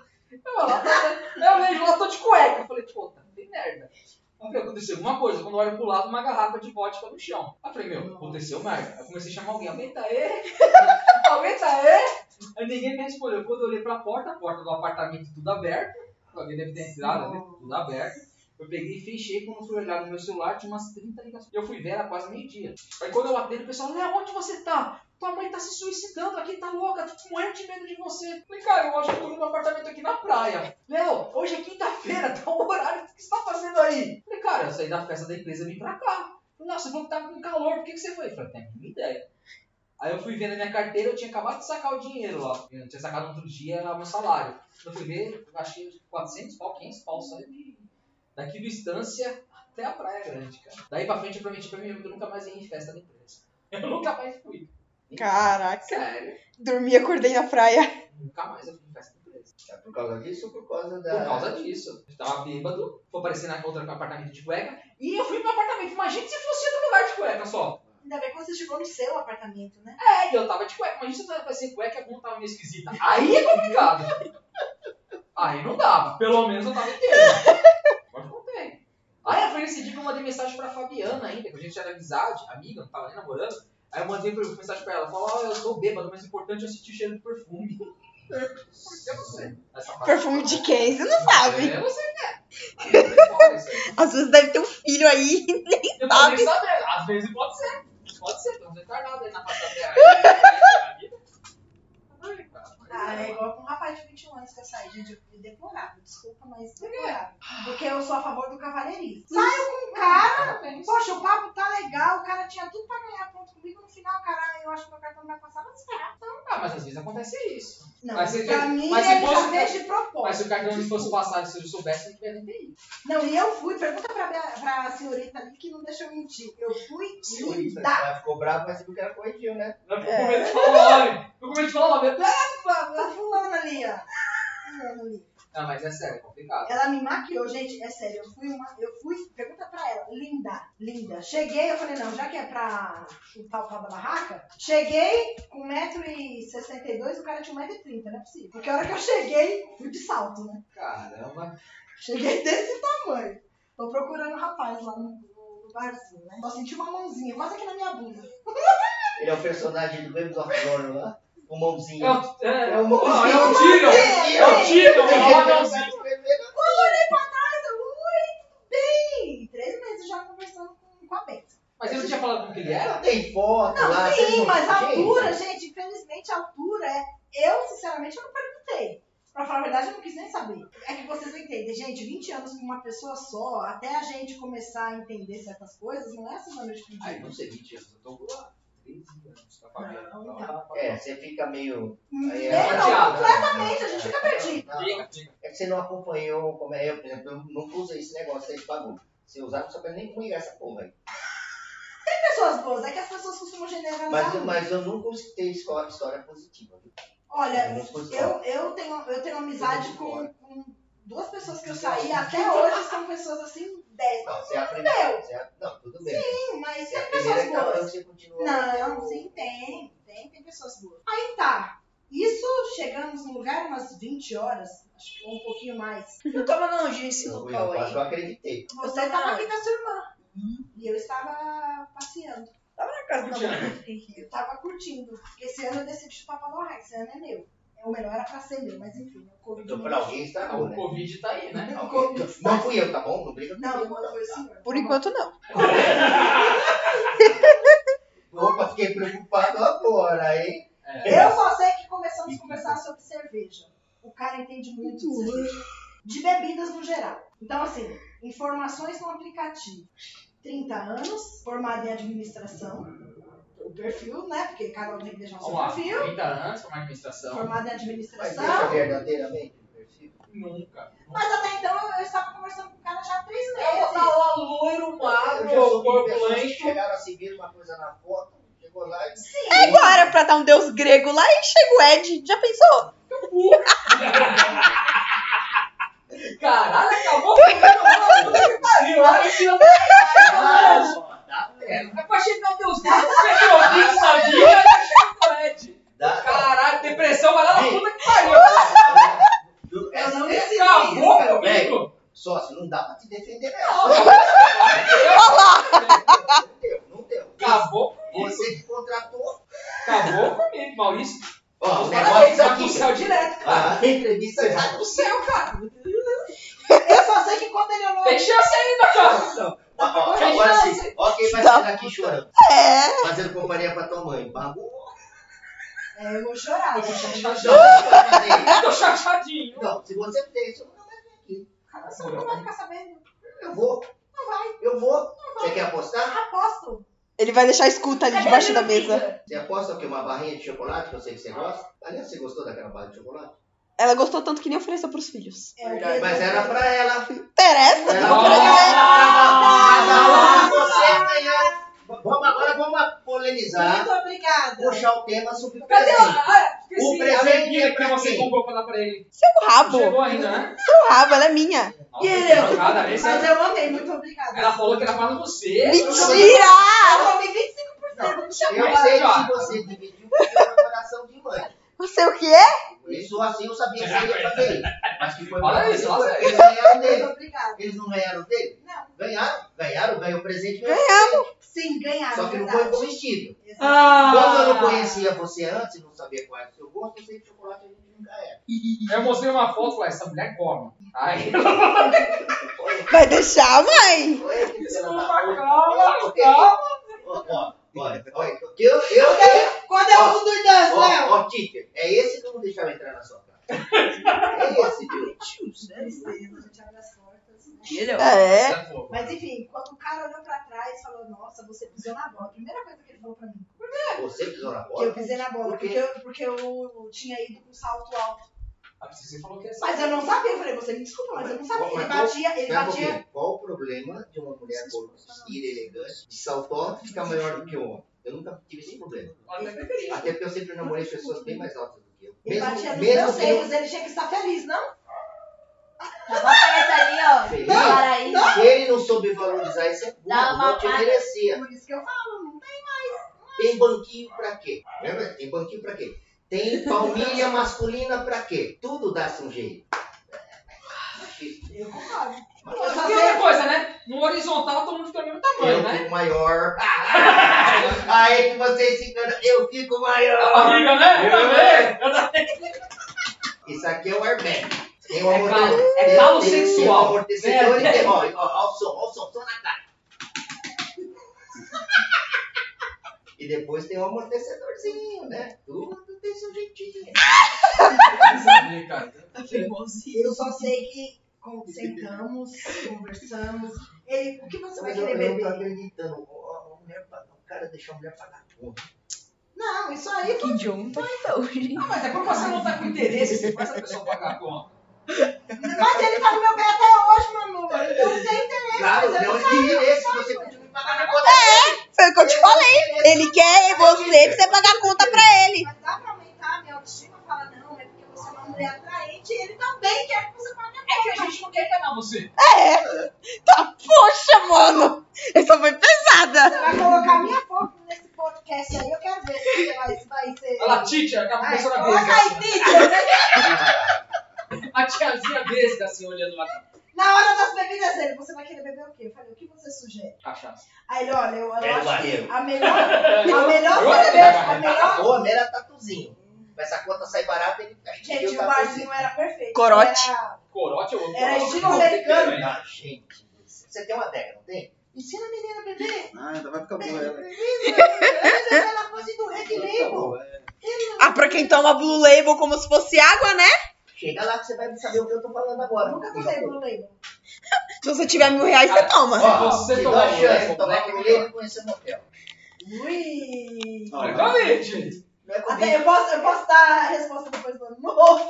Eu, lá, tô- eu vejo lá, tô de cueca. Eu falei, pô, tá bem merda. Aí eu falei, aconteceu alguma coisa. Quando eu olho pro lado, uma garrafa de vodka no chão. Aí eu falei, meu, aconteceu merda. Aí eu comecei a chamar alguém, alguém tá aí? Alguém tá aí? Aí ninguém me respondeu. Quando eu olhei pra porta, a porta do apartamento tudo aberto. Alguém deve ter entrado, né? Tudo aberto. Eu peguei e fechei, quando eu fui olhar no meu celular, tinha umas trinta ligações. Eu fui ver, era quase meio-dia. Aí quando eu atendo, o pessoal, Léo, onde você tá? Tua mãe tá se suicidando aqui, tá louca, tô morrendo de medo de você. Falei, cara, eu acho que eu tô no meu apartamento aqui na praia. Léo, hoje é quinta-feira, tá o horário, o que você tá fazendo aí? Falei, cara, eu saí da festa da empresa e vim pra cá. Falei, nossa, você falou que tava com calor, por que, que você foi? Eu falei, tem a mínima ideia. Aí eu fui ver na minha carteira, eu tinha acabado de sacar o dinheiro lá. Eu tinha sacado no outro dia, era o meu salário. Eu fui ver, eu achei quatrocentos pau, quinhentos pau, só de... Daqui do Estância até a Praia Grande, cara. Daí pra frente eu prometi pra mim mesmo que eu nunca mais ia em festa da empresa. Eu nunca mais fui. Caraca. Sério. Dormi e acordei na praia. Nunca mais eu fui em festa da empresa. É por causa disso ou por causa da... Por causa disso. Eu tava bêbado, foi aparecer na outra apartamento de cueca, e eu fui pro meu apartamento. Imagina se fosse outro lugar de cueca só. Ainda bem que você chegou no seu apartamento, né? É, e eu tava de cueca. Imagina se eu tava sem cueca e a bunda tava meio esquisita. Aí é complicado. Aí não dava. Pelo menos eu tava inteiro. Mas contei. Aí foi nesse dia que eu mandei mensagem pra Fabiana ainda, que a gente era amizade, amiga, não tava nem namorando. Aí eu mandei mensagem pra ela, falou, ó, eu tô bêbado, mas o importante é sentir o cheiro do perfume. É você. Essa parte Perfume de quem? Você não sabe. É você que é. Não pode isso aí. Às vezes deve ter um filho aí. Eu tô nem Sabe? sabendo. Às vezes pode ser. Pode ser. Tem uns retardados aí na face da terra. Aí, aí, cara. Ah, é igual com um rapaz de vinte e um anos que eu saí, gente, eu fui deplorável, desculpa, mas deplorável. Porque eu sou a favor do cavalheirismo. Saiu com um cara, poxa, o papo tá legal, o cara tinha tudo pra ganhar ponto comigo, no final, cara, eu acho que meu cartão não vai passar, mas esperar. Ah, mas às vezes acontece isso. Não, Mas se- pra mim mas se ele fosse- já fez de Mas propósito. se o cartão não fosse passado, se eu soubesse, eu não queria nem ter ido. Não, e eu fui, pergunta pra, minha, pra senhorita ali que não deixa eu mentir. Eu fui Senhorita, linda. ela ficou brava, mas viu que ela corrigiu, né? Eu fico com medo de falar o nome. Fico com medo de falar o nome. A fulana ali, ó. Fulana ali. Não, mas é sério, é complicado. Ela me maquiou, gente, é sério, eu fui uma, eu fui, pergunta pra ela, linda, linda. Cheguei, eu falei, não, já que é pra chutar o pau da barraca, cheguei com um metro e sessenta e dois, o cara tinha um metro e trinta, não é possível. Porque a hora que eu cheguei, fui de salto, né? Caramba. Cheguei desse tamanho. Tô procurando um rapaz lá no, no, no barzinho, né? Só senti uma mãozinha, quase aqui na minha bunda. Ele é o personagem do Games of Thrones lá. O mãozinho. É o, é, É o não, mãozinho. é o Tyrion. É o Tyrion, é o anãozinho. Quando eu olhei pra trás, eu, oi, tudo bem? Três meses já conversando com, com a Benta. Mas ele não tinha falado com que ele era? Ela tem foto Não, lá. vocês sim, não- mas a Gente, altura, gente, infelizmente a altura é. Eu, sinceramente, eu não perguntei. Pra falar a verdade, eu não quis nem saber. É que vocês não entendem, gente, vinte anos com uma pessoa só, até a gente começar a entender certas coisas, não é assim da noite pro dia. Ai, não sei, vinte anos. Eu tô lá. treze anos com a Fabiana. Não, Então, não. tá- É, você fica meio. Hum, Aí é, é- não, chateado, completamente, a gente fica perdido. Não, Diga, diga. é que você não acompanhou como é eu, por exemplo, eu nunca usei esse negócio desse bagulho. Se usar, não sabia nem como ligar essa porra aí. Tem pessoas boas, é que as pessoas costumam generalizar. Mas, eu- muito. mas eu nunca escutei história, história positiva. Viu? Olha, Eu nunca escutei. eu, eu, tenho, eu tenho amizade com, com duas pessoas que eu saí, até hoje são pessoas assim, dez. Não, você aprendeu. Você, a- não, tudo bem. Sim, mas Você é a tem primeira pessoas que tá falando boas. que você continua. Não, sim, tem. Tem, tem pessoas boas. Aí tá. Isso, chegamos no lugar umas vinte horas, acho que um pouquinho mais. Eu tava na onde nesse Eu, local eu, quase aí? que eu acreditei. Você estava aqui com a sua irmã. E eu estava passeando. Tava na casa da Curtindo. mãe. Eu tava curtindo. Porque esse ano eu decidi chupar pra Valorra. Esse ano é meu. Ou melhor, era pra ser meu, mas enfim. O Covid Então, me pra deixou. alguém Ah, estragou, o né? Covid tá aí, né? Alguém- Não fui eu, tá bom? Não briga Não, comigo, não foi o senhor. Por enquanto, não. Opa, fiquei preocupado agora, hein? É. Eu só sei que começamos a conversar sobre cerveja. O cara entende muito de cerveja. De bebidas no geral. Então, assim, informações no aplicativo. trinta anos, formado em administração. O perfil, né? Porque cada um tem que deixar o seu Vamos lá. perfil. trinta anos, formar administração. Formado em Mas administração. deixa verdadeiramente o perfil. Nunca. Mas até então eu estava conversando com o cara já há três É meses. uma lá loiro, Eu magro, já soube de corpo pessoas que lento. chegaram a seguir uma coisa na foto, chegou lá e... Sim. É igual era pra dar um deus grego lá e chega o Ed. Já pensou? Caralho, acabou com o puta que pariu. Olha esse ano. Ah, só, dá tempo. É pra chegar o Deus Deus, porque eu ouvi isso aqui, aí chega o Ed. Dá, Caralho, depressão vai lá na puta que pariu. Juro, Eu não é- é- decidi Acabou isso. comigo. Sócio, não dá pra te defender, Não, não. não, Não deu, não deu. acabou comigo. Você que contratou. Acabou comigo, Maurício. Ó, o Os negócio caras é vão pro aqui. céu direto, cara. A entrevista já Vai pro céu, cara. Eu só sei que quando ele olhou. Tem chance ainda, cara. Ó, ó, Tem agora chance. sim. Ó quem vai Tá. chegar aqui chorando. É. Fazendo companhia pra tua mãe. Bagulho. É, eu vou chorar. Eu vou tô chorar. chateadinho. Tô chateadinho. Não, se você tem, você não vai vir aqui. Cara, você não vai ficar sabendo. Eu vou. Não vai. Eu vou. Você quer apostar? Aposto. Ele vai deixar a escuta ali debaixo da mesa. Você aposta o quê? Uma barrinha de chocolate, que eu sei que você gosta? Aliás, você gostou daquela barra de chocolate? Ela gostou tanto que nem ofereceu pros filhos. É, o Verdade. que- Mas era pra ela. Interessa? Era Não pra quero ver. ela. Você ganhar. Vamos agora, vamos polemizar. Muito obrigada. Puxar o tema sobre o Cadê presente. a, ah, esqueci, O a presente bebida é que pra você quem? comprou pra dar pra ele? Seu Não rabo. chegou ainda, né? Seu rabo, ela é minha. Nossa, Querido, jogada, esse mas é- eu amei, muito obrigada. Ela falou que era pra você. Mentira! Eu comi vinte e cinco por cento. Não tinha Eu mais. sei ó. que você dividiu porque era coração de mãe. Você o quê? Isso assim eu sabia que você ia fazer isso. Mas que foi Olha pra isso, você, olha foi- isso. Eles ganharam dele. Muito obrigada. Eles não ganharam dele? Não. Ganharam, ganharam, ganhou o presente. Ganhamos. Sim, ganharam. Só que não verdade. foi comestível. Exato. Ah, Como eu não conhecia você antes, não sabia qual era o seu gosto, eu sei que chocolate a gente não já era. Aí eu mostrei uma foto, falei, essa mulher come. Aí Vai deixar, mãe? Olha que filha da calma, puta. calma, Ó, ok. calma. Ó, ó, olha, olha. Eu, eu, eu, Quando eu Ó, uso do dança, ó, Léo. ó, Tite, é esse que eu vou deixar eu entrar na sua casa. É esse, viu? Dá licença, a gente abre as portas. né? Ele é É. Mas enfim, quando o cara olhou pra trás e falou, nossa, você pisou na bola. A primeira coisa que ele falou pra mim, Você pisou na que eu bola? pisei na bola, Por quê? porque eu, porque eu tinha ido com salto alto. Ah, você falou que é assim. Mas eu não sabia, eu falei, você me desculpa, mas eu não sabia. Ele Mas batia, ele Espera um batia. pouquinho. Qual o problema de uma mulher vestida elegante, de salto alto, ficar maior do que o homem? Eu nunca tive esse problema. Até preferia. Até porque eu sempre namorei pessoas bem mais altas do que eu. Ele batia nos mesmo meus que seios, ele tinha que estar feliz, não? Tava perto ali, ó. Feliz? Para aí. não, se ele não soube valorizar, isso é Dá burro, uma não te pata. merecia. Por isso que eu falo, não tem. Tem banquinho pra quê? Lembra? Tem banquinho pra quê? Tem palmilha masculina pra quê? Tudo dá-se um jeito. Eu concordo. Mas Eu só E sei. outra coisa, né? No horizontal todo mundo fica do mesmo tamanho, eu né? fico maior. Aí que vocês se enganam, eu fico A maior. barriga, né? Eu também. Eu também. Isso aqui é o airbag. Tem um É amortecedor. calo- é calo tem- tem um sexual. amortecedor É. e tem, ó, ó, ó o som, ó o som, som na cara. E depois tem um amortecedorzinho, né? Tudo tem seu jeitinho. Eu sabia, cara. Eu só sei que con- sentamos, conversamos. Ele, o que você vai Mas eu, querer eu não tô beber? acreditando. O, a mulher, o cara deixou a mulher pagar conta. Não, isso aí foi. Que junto, então, gente. Não, mas é quando você não tá com interesse, você faz a pessoa pagar a conta. Mas ele tá no meu pé até hoje, meu amor. Então não tem interesse. Claro, mas eu não não é sabia. interesse se você continua pagando a conta. Foi o que eu te falei. Ele quer você pra você pagar a conta pra ele. Mas dá pra aumentar a minha autoestima? Fala, não, é porque você é uma mulher atraente e ele também quer que você pague a É que a conta. gente não quer enganar você. Tá, poxa, mano. Essa foi pesada. Você vai colocar minha foto nesse podcast aí, eu quero ver se você vai, se vai ser. Olha lá, Tite, acaba Ai, começando a coloca vesga. aí, assim. Tite, né? A tiazinha vesga assim, olhando lá. Na hora das bebidas dele, você vai querer beber o quê? Eu falei, o que você sugere? Cachaça. Aí ele, olha, eu, eu Pega o acho barreiro. que a melhor, a melhor Eu- cerveja, a melhor... Ou a mera tatuzinho. Mas se a conta sai barata, ele vai Gente, o o tatuzinho. barzinho era perfeito. Corote. Era... Corote eu amo. Era corote, estilo eu amo americano. também. Ah, gente. Você tem uma adega, não tem? Ensina a menina a beber. Ah, então vai ficar boa ela. Ela fosse do Red Label. Ah, pra quem toma Blue Label como se fosse água, né? Chega lá que você vai saber o que eu tô falando agora. Nunca tomei Blue Label. Se você tiver mil reais, você toma. Ó, Se você te tomar dou a um chance Black, de tomar Black, com ele e conhecer o motel. Ui. Legalmente. Não é Até comigo. eu posso, eu posso dar a resposta depois do ano novo.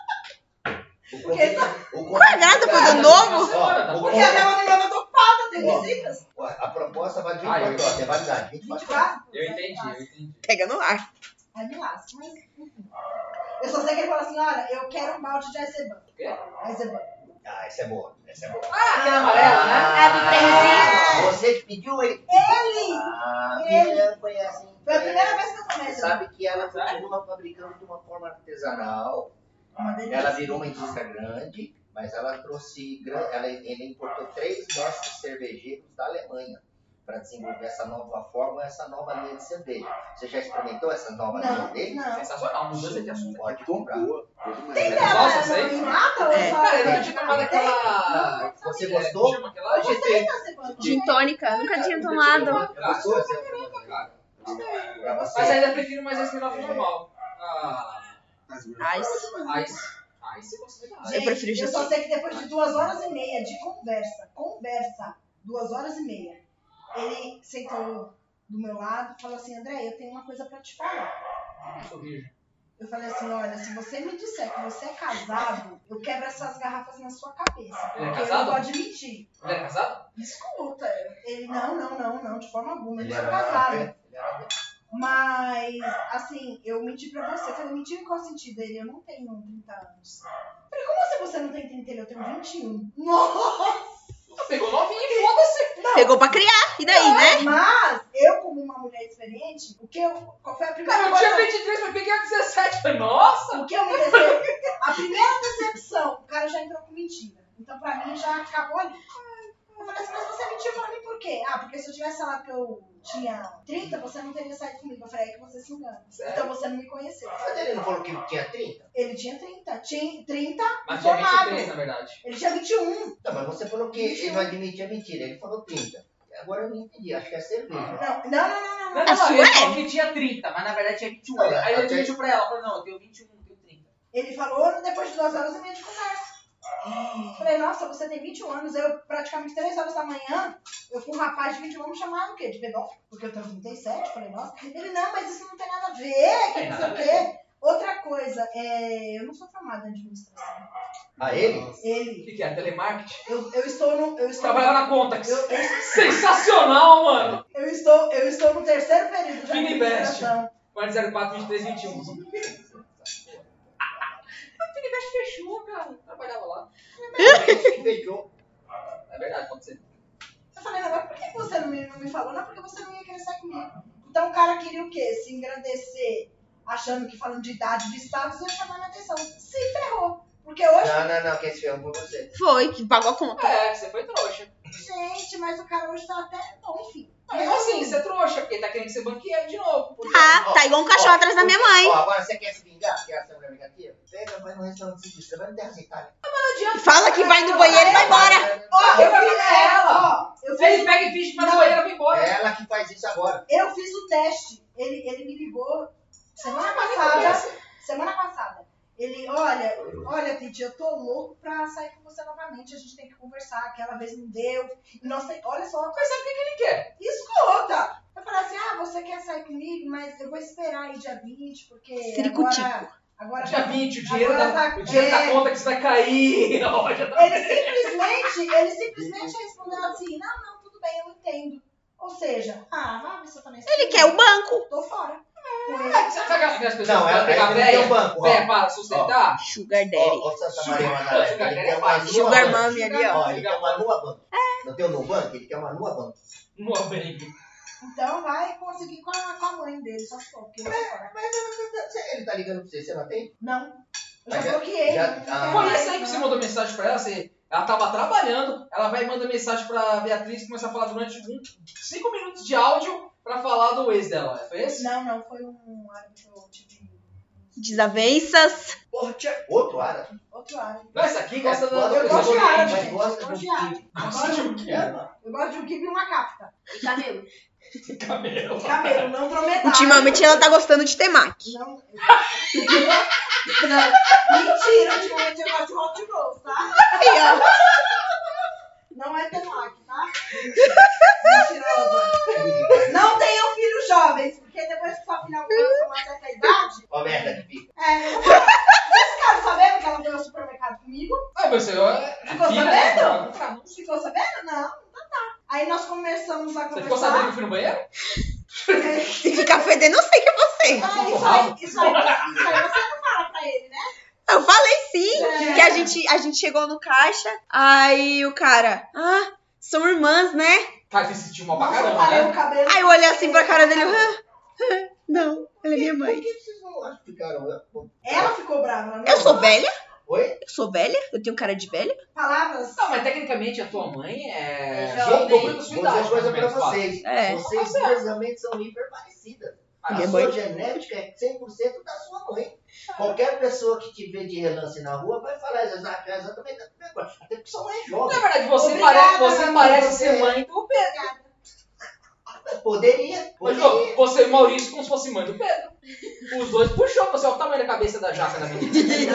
O Porque convite- o Qual é a graça do ano novo? Ó, o Porque até convite- uma menina topada, tem Ó. visitas. a proposta vale Ah, eu- vinte e quatro horas, é validade. vinte e quatro vinte e horas. quatro? Eu entendi, eu entendi. Pega no ar. Aí me lasca, mas enfim. Eu só sei que ele falou assim, olha, eu quero um balde de Eisenbahn. O quê? Eisenbahn. Ah, essa é boa. Essa é boa. Ah, aquela amarela, né? É do trenzinho. Você que pediu ele? Ele! Ah, Ele. Miriam conhece. hein? Foi a primeira vez que eu tomei Você Eisenbahn. sabe que ela continua fabricando de uma forma artesanal. Uma delícia. Ela virou uma indústria grande, mas ela trouxe, gran- ela, ele importou três mestres cervejeiros da Alemanha para desenvolver essa nova forma, essa nova linha de cerveja. Você já experimentou essa nova linha Não, dele? não. Sensacional, mudança de assunto. Pode comprar. Tem Nossa, dela isso aí- em lata ou É. só... Cara, eu nunca tinha tomado aquela... Você É, gostou? chama aquela... Eu gostei da Eisenbahn. Gin tônica, nunca tinha tomado. Gostou? Cara, Pra mas você. ainda prefiro mais esse novo normal. Ah, Ice. Ice. Ice eu gosto muito. Gente, prefiro eu só GT. sei que depois de duas horas e meia de conversa, conversa, duas horas e meia, ele sentou do meu lado e falou assim, André, eu tenho uma coisa pra te falar. Eu sou virgem. Eu falei assim, olha, se você me disser que você é casado, eu quebro essas garrafas na sua cabeça. Ele é Porque eu casado? não vou admitir. Ele é casado? Escuta, ele, não, não, não, não, de forma alguma, ele Ele não era é casado. ele era- Mas, assim, eu menti pra você. Eu falei, mentir em qual sentido? Ele, eu não tenho trinta anos. Eu falei, como assim você não tem trinta? Ele, eu tenho vinte e um. Nossa! Pegou novinho, foda-se. Não, Pegou pra criar. E daí, né? mas, eu como uma mulher experiente, o que eu, qual foi a primeira Cara, eu coisa... tinha vinte e três, mas peguei a dezessete. Falei, nossa! O que eu me decep... A primeira decepção, o cara já entrou com mentira. Então, pra mim, já acabou ali. Eu falei assim, mas você mentiu pra mim por quê? Ah, porque se eu tivesse falado que eu tinha trinta, você não teria saído comigo. Eu falei, é que você se engana. Sério? Então você não me conheceu. Mas ele não falou que ele tinha trinta? Ele tinha trinta. Tinha trinta Mas tinha formado. vinte e três, na verdade. Ele tinha vinte e um. Não, mas você falou que ele não admitia mentira. Ele falou trinta. Agora eu não entendi. Acho que é cerveja. Não, não, não, não, não. Não, não, A não, sua ele é? falou que tinha trinta, mas na verdade tinha vinte e um. Não, Aí ele até- mentiu pra ela, falou, não, eu tenho vinte e um, não tenho trinta. Ele falou depois de duas horas e meia de conversa. Falei, nossa, você tem vinte e um anos. Eu, praticamente três horas da manhã, eu fui um rapaz de vinte e um anos chamado o quê? De pedófilo? Porque eu tenho trinta e sete. Falei, nossa. Ele, não, mas isso não tem nada a ver, que Tem não sei nada o a quê. Outra coisa, é, eu não sou formada em administração. Ah, ele? O Ele, que, que é? Telemarketing? eu, eu estou no. Eu estou, Trabalhava na Contax. eu, eu, Sensacional, mano. eu estou, eu estou no terceiro período de Fininvest. administração. quatro zero quatro, vinte e três, vinte e um. A Fininvest fechou, cara. Trabalhava lá. Ele fechou. É verdade, pode ser. Eu falei, não, mas por que você não me, não me falou? Não, porque você não ia querer sair comigo. Então o cara queria o quê? Se engrandecer, achando que falando de idade, de status, ia chamar minha atenção. Se ferrou. Porque hoje, Não, não, não. Quem se ferrou foi você. Foi, que pagou a conta. É, você foi trouxa. gente, mas o cara hoje tá até. Bom, enfim. Mas assim, você é trouxa, porque tá querendo ser banqueiro de novo. Porque... Tá, tá igual um cachorro atrás da minha mãe. Ó, agora você quer se vingar? Quer ser mulher negativa? Pega, vai no restaurante de você vai no Terra Itália. Fala que vai no banheiro e vai embora. Ó, eu Vai fiz pra ela. ó, eu Ele fiz, pega e finge que vai no Não. banheiro e vai embora. É ela que faz isso agora. eu fiz o teste. Ele, ele me ligou semana Mas passada. conversa. Semana passada. Ele, olha, olha, Titi, eu tô louco pra sair com você novamente. A gente tem que conversar. Aquela vez não deu. E nós tem, olha só, Mas sabe o que que ele quer? escuta. Eu falei assim, ah, você quer sair comigo, mas eu vou esperar aí dia vinte, porque Ciricutico. agora... agora Dia vinte, o dinheiro, agora da, tá- o dinheiro é. da conta que você vai cair. A loja tá... Ele simplesmente, ele simplesmente respondeu assim, não, não, tudo bem, eu entendo. Ou seja, ah, vai, você também Ele quer o banco. Tô fora. Com ele. É, sabe aquelas pessoas Não, que ela vão pegar ela tem velha, o banco, velha ó. para sustentar? Sugar Ó, Daddy. ó, Santa Maria Madalena. Sugar Ele Daddy quer é uma fácil. nua Sugar banco. Mami ali, ó. Ó, ele quer uma nua banco. Não tem o Nubank? Ele quer uma nua banco. Uma baby. Então vai conseguir com a, com a mãe dele, só se for, porque eu tô fora. Mas você- ele tá ligando pra você, você não atende? Não, eu já Mas já- bloqueei. já- não quero ah. Foi mais, isso aí que não. você mandou mensagem pra ela, você, ela tava trabalhando, ela vai e manda mensagem pra Beatriz e começa a falar durante um, cinco minutos de áudio pra falar do ex dela. Foi esse? Não, não, foi um árabe que eu tive. Desavenças. Porra, tinha outro árabe. Outro árabe. Não, essa aqui gosta da... Gosta Eu de gosto de um árabe, mas gente. gosta Eu de gosto de um árabe. Gosta de um quê? Eu gosto de um kibe e uma capta. E cabelo. Cabelo. Cabelo, não dromedário. Ultimamente ela tá gostando de temaki. Não. Não. Mentira, ultimamente eu gosto de hot rolls, tá? Aí, ó. Não é temaki, tá? Mentirosa. Não tenham filhos jovens, porque depois que sua filha alcança uma certa idade, Ó, merda que fica. é, eu vou falar. Vocês ficaram sabendo que ela foi ao supermercado comigo? Ah, mas você... Ficou Fica, sabendo? né? Não ficou sabendo? Não, então tá. Aí nós começamos a Você ficou sabendo que eu conversar. fui no banheiro? Se ficar fedendo, eu sei que é você. Ah, isso aí, isso aí, isso aí você não fala pra ele, né? Eu falei sim. É. Que a gente, a gente chegou no caixa, aí o cara, ah, são irmãs, né? Cara, você sentiu mal pra Nossa, eu caramba, parei né? o cabelo. Aí eu olhei assim pra cara dele, ah, ah, não, ela é minha Por mãe. que vocês não acham que ficaram? Ela ficou brava, ela não Eu sou velha? Oi? Eu sou velha? Eu tenho cara de velha? Palavras. Não, mas tecnicamente a tua mãe é... É Gente, jovem. da Vou sua dizer idade, uma coisa mais ou pra menos, vocês. É. Vocês duas realmente são hiper parecidas. A Minha sua mãe? genética é cem por cento da sua mãe. Qualquer pessoa que te vê de relance na rua vai falar exatamente exatamente a mesma coisa. Até porque sua mãe é Na jovem. verdade, você Obrigada, parece, você Ana, parece você- ser mãe do Pedro. Poderia. Mas, Poderia. ó, você e o Maurício como se fosse mãe do Pedro. Os dois puxou, você olha o tamanho da cabeça da jaca da menina.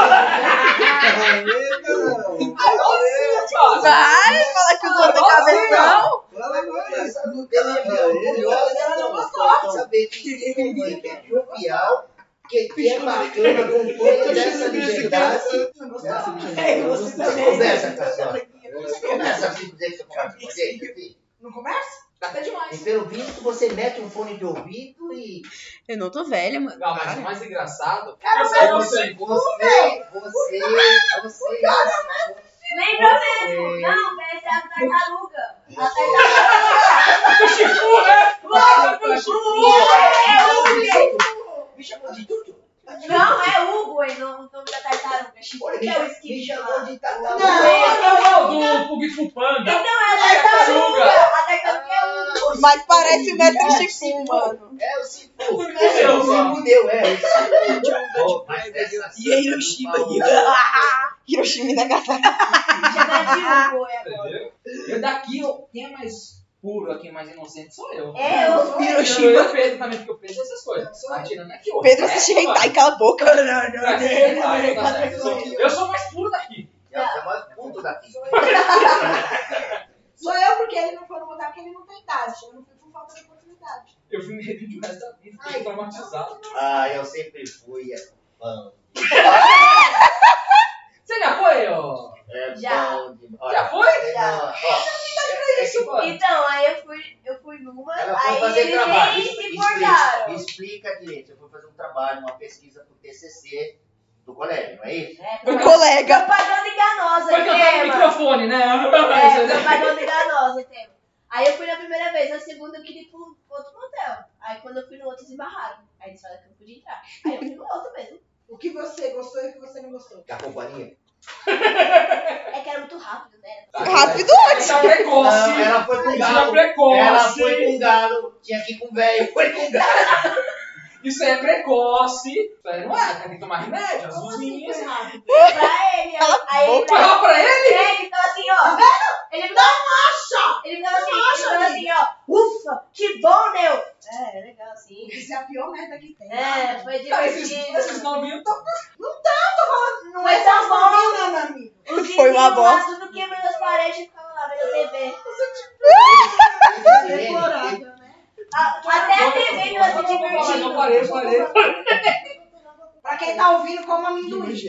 Vai, fala que os outros têm cabeção. Fala agora. Essa Nutella é orgulhosa. Ela não gostou. Saber que tem uma mãe que é jovial, que, que é bacana, com toda dessa liberdade. Não gostou? Você conversa com a senhora. Você conversa assim com você conversa com a gente, assim? Não conversa? Tá até E demais. pelo visto, você mete um fone de ouvido e... Eu não tô velha, mano. Não, mas o mais engraçado Quero é ver você. Você, você, você... Lembra mesmo? Não, essa é a tartaruga. A tartaruga. O Chifu, né? Me chamou de tudo. Não, é Hugo, aí, o nome da tartaruga. Chico, Olha, que é o me, me esquisito chamou lá. de tartaruga. Não. Não, não, do Kung Fu Panda. Então é a tartaruga. A Mas parece o Metro É, Shifu, mano. É o Sifu. Fudeu, É o mano. Fudeu, é o Sifu. Oh, mas essa E aí, Hiroshima cena aí. do Paulo- Hiroshima e Nagasaki. Já tá de Hugo agora. Entendeu? Eu daqui, eu, quem é mais puro aqui, mais inocente, sou eu. É, eu sou Hiroshima. Eu e o Pedro também, porque o Pedro é essas coisas. Tá tirando aqui, ó. Pedro assiste É, mano. hentai, cala a boca. Tá certo, tá certo. Eu sou- Eu sou mais puro daqui. É o mais puto daqui. Sou eu, porque ele não foi no motel, porque ele não tem idade. Eu não fui por falta de oportunidade. Eu fui me repetir o resto da vida, fiquei traumatizado. Ah, eu sempre fui é fã. Você já foi, ó? É Já. bom demais. Já foi? Não, ó, é, é que, Então, aí eu fui, eu fui numa, ela foi aí fazer eles trabalho. nem Expli- se Explica, importaram. explica direito. Eu fui fazer um trabalho, uma pesquisa pro T C C do colégio, não é isso? É, O colega. propaganda enganosa, Foi cantar no tema. microfone, né? É, propaganda enganosa, tema. Aí eu fui na primeira vez, na segunda eu queria ir pro outro motel. Aí quando eu fui no outro, eles embarraram. Aí eles falaram que eu não podia entrar. Aí eu fui no outro mesmo. O que você gostou e o que você não gostou. Da companhia? É que era muito rápido, né? Rápido Essa é precoce. Não, ela foi com Tinha galo. precoce. Ela foi com galo. Tinha que ir com velho. Foi com galo. Isso aí é precoce. Isso aí não é, tem que tomar remédio, Como assim azulzinho. foi rápido? Pra ele. Cala Aí ele Foi lá pra ele? ele ficava assim, ó. Tá vendo? Ele ficava, Acha! ele ficava assim, Não ele acha, ficava assim, ó. Ufa, que bom, Neu. É, é legal assim. Isso é a pior merda que tem. É, foi Cara, esses, divertido. esses novinhos estão... Não Foi é tão tão bom. bom, meu amigo. Os Foi vizinhos uma lá, bosta. tudo quebrando as paredes e ficava lá vendo T V. Deplorável, né? A- Até a T V ela se Não, divertindo. parei, parei. Pra quem tá ouvindo, como amendoim.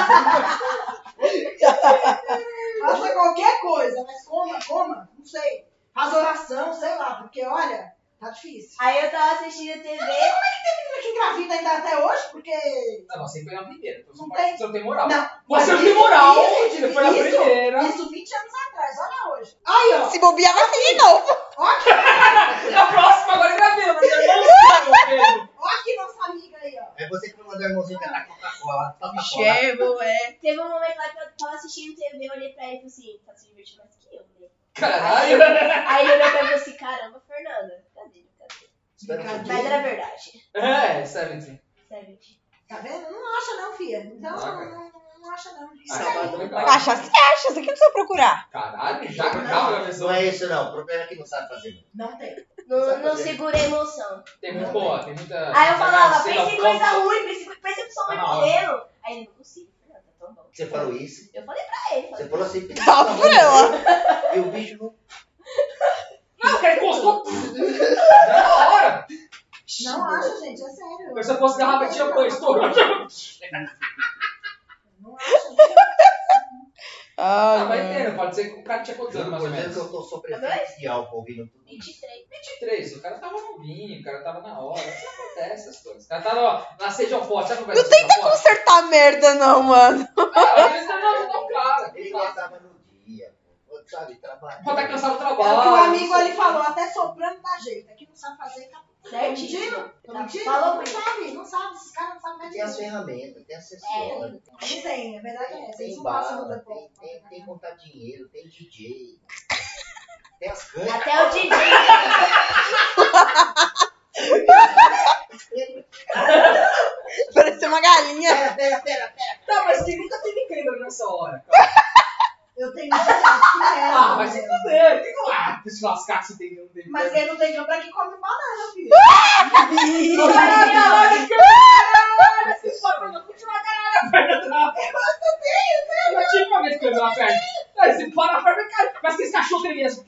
Faça qualquer coisa, mas coma, coma, não sei. Faz oração, sei lá, porque olha, tá difícil. Aí eu tava assistindo T V. Menina que engravida ainda até hoje, porque. Ah, você foi na primeira, então você Não não, tem. você não tem moral. Não. Você não Mas tem moral, isso- você foi na isso- primeira. Isso vinte anos atrás, olha hoje. Aí, ó. Se bobear, vai ser de novo. Ó aqui, Na próxima agora engravei, mas é bom, Pedro. ó aqui nossa amiga aí, ó. É você que me mandou a irmãozinha cantar Coca-Cola. Coca-Cola. Chego, é. Teve um momento lá que eu tava assistindo T V, eu olhei pra ele e falei assim, tá se divertindo mais que eu, né? Caralho. Aí ele olhou pra mim e falou assim, caramba, Fernanda, cadê? Cadê? Espera um pouquinho. Mas era verdade. É, Seventeen. Sério. Tá vendo? Não acha não, filha. Então, Ah, não, não acha não. Isso Ah, aí. então legal. Acha, você acha, você que precisa procurar. Caralho, já calma, Não pessoa. é isso, não. O problema é que não sabe fazer. Não tem. Não, não segura a emoção. Tem muito boa, tem muita. Aí eu falava, muita pensa em cena, coisa ruim, pensa em- pensa em sua mãe Tá na hora. morrendo. Aí ele, não consigo, Fernanda, tá tão bom. Você falou isso? Eu falei pra ele, falei, Você falou assim. Tá frela. E o bicho não. Não, o cara encostou. Na hora. Não acha, gente, é sério. Se eu fosse garrafa, tinha pão, estourou. Não acha, não. Ah, Ah, mas não. entendo, pode ser que o cara tinha quantos anos, mais ou Por exemplo, menos? eu tô sobre efeitos de álcool ouvindo tudo. vinte e três. vinte e três, o cara tava novinho, o cara tava na hora. Isso acontece, essas coisas. O cara tava ó, na sede ao pote, sabe como é Não que tenta sede ao pote? consertar merda, não, mano. Ah, às vezes não ajudar o cara. Ele Ele já tava no dia, pô, sabe, trabalhando. pode estar cansado do É o trabalho. que o amigo ali falou, até soprando dá jeito. Aqui não sabe fazer, tá Certinho. mentindo? Tô Tá, mentindo? falou Não muito. sabe, não sabe. Esses caras não sabem mais Tem as disso. ferramentas, tem acessórios, Não tem, a verdade é essa. Eles tem não passam no bala, depósito. tem, tem, tem contar dinheiro, tem D J, tem as câmeras. Até o D J. Parece uma galinha. Pera, pera, pera, pera. Tá, mas quem nunca teve câmera nessa hora? Eu tenho direto, que merda. Ah, vai se fuder. Tem que lá se lascar se tem não tem. Mas quem não tem câmera que come banana, filho. Caralho, caralho, esse patrão não continua caralho, perna. Eu tive uma vez que eu vi uma perna. Aí você para a perna, cara, mas que esse cachorro tem mesmo.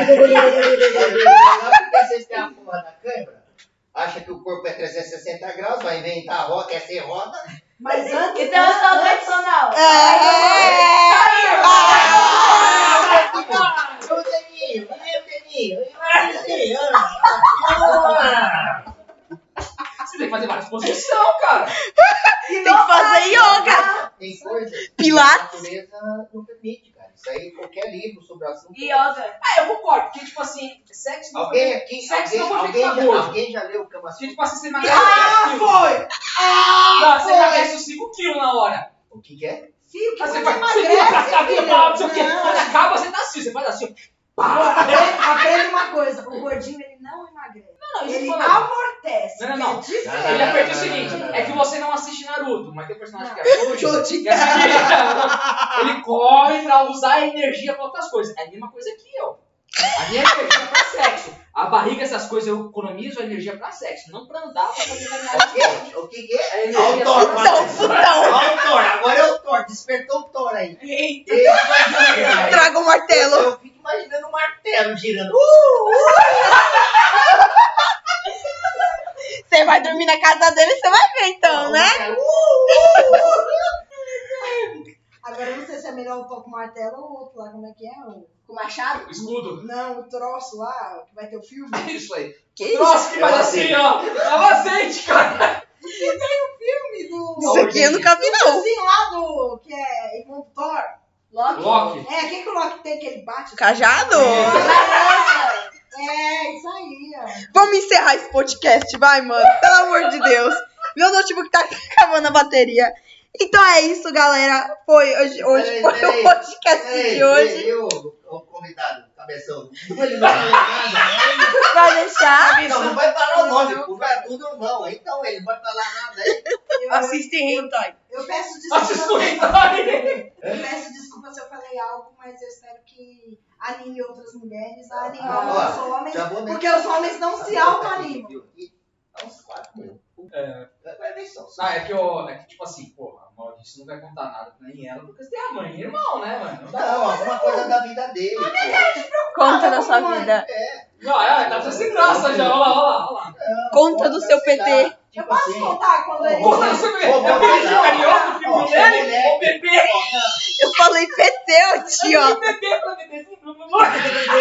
Lá porque vocês têm a porra da câmera, acha que o corpo é trezentos e sessenta graus, vai inventar a roda, quer ser roda. Mas antes... Então eu sou tradicional. É. Ô, Deninho, meu Deninho, Deninho. Você tem que fazer várias posições, cara. Tem que fazer yoga. Tem coisa que Pilates. a natureza não permite, cara. Isso aí, qualquer livro sobre o assunto. Yoga. Ah, eu concordo, porque, tipo assim, sexo não Alguém foi... aqui, Sexo alguém, não foi alguém, feito pra já, gordo. alguém já leu o Kama Porque, Sutra? tipo assim, você emagrece Ah, cinco quilos. foi! Ah, Não, você foi! emagrece os cinco quilos na hora. O que que é? Filho, que Aí você você vai, você vira pra cá, emagrece, vira filho. pra lá, não sei o quê. Não. Quando acaba, você tá assim, você faz assim, ó. Aprenda, aprenda uma coisa, o gordinho ele não emagrece. Não, não, isso Ele eu falei. amortece. Não, não, não. que é diferente. Ele aprende o seguinte, é que você não assiste Naruto, mas tem um personagem que é Jojo, que assiste, ele come pra usar a energia pra outras coisas. É a mesma coisa aqui, ó. A minha energia é pra sexo. A barriga, essas coisas, eu economizo a energia pra sexo, não pra andar, pra fazer caminhada. O que que é? É energia Autor, pra Matheus. sexo. Autor, agora é o Thor. Despertou o Thor aí. Eita. Ele vai girar. Traga o martelo. Eu fico imaginando o martelo girando. Uh, uh, Você vai dormir na casa dele, você vai ver então, né? Agora eu não sei se é melhor o toco martelo ou o outro lá, como é que é? O... Com machado? Escudo. Não, o troço lá, que vai ter o filme. É isso aí. Que Nossa, que faz assim, ó. Tava azeite, cara. filme do... Isso aqui eu nunca vi, não. Assim lá do... que é irmão do Thor. Loki? Loki. É, quem que o Loki tem que ele bate? Cajado? É, isso aí, ó. Vamos encerrar esse podcast, vai, mano. Pelo amor de Deus. Meu notebook tá acabando a bateria. Então é isso, galera. Foi hoje, hoje Peraí, foi peraí. o podcast Ei, de hoje. ei, o, o convidado, cabeção. Ele não vai falar nada. Vai deixar? Não, não vai falar o nome, porque é tudo não. Então ele não vai falar nada aí. Eu, Assistem hentai. eu peço desculpa. Assistam hentai. Eu peço desculpa se eu falei algo, mas eu espero que anime outras mulheres a animar Ah, os homens. Já vou Porque os homens não se auto-animam. Dá uns quatro mil. É. Vai ver só. Ah, é que, eu, é que tipo assim, porra, a Maurício não vai contar nada pra nem ela, porque você tem a mãe e irmão, né, mano? Não, dá Não, pra- alguma coisa da vida dele. pô. Conta da sua vida. É. Não, é, tá sem graça já, olha lá, olha lá, olha lá. Não, Conta pô, do vai seu sei lá, P T. tipo Eu posso assim, contar quando ele... Porra, você vê, Ô, é o beijo ó, carinhoso do ó, filme ó, dele, moleque. ou bebê, Eu falei P T, ô tio. ou bebê pra bebezinho, blá, blá, blá.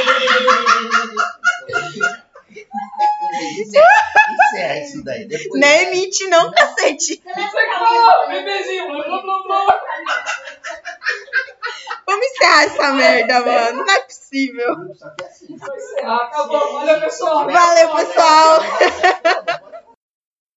Encerra isso daí. Depois Não vai. emite não, cacete. Você falou, bebezinho, blá, blá, blá, blá. Vamos encerrar essa merda, mano. Não é possível. Só que assim. Vai encerrar, acabou, valeu pessoal. Valeu, pessoal.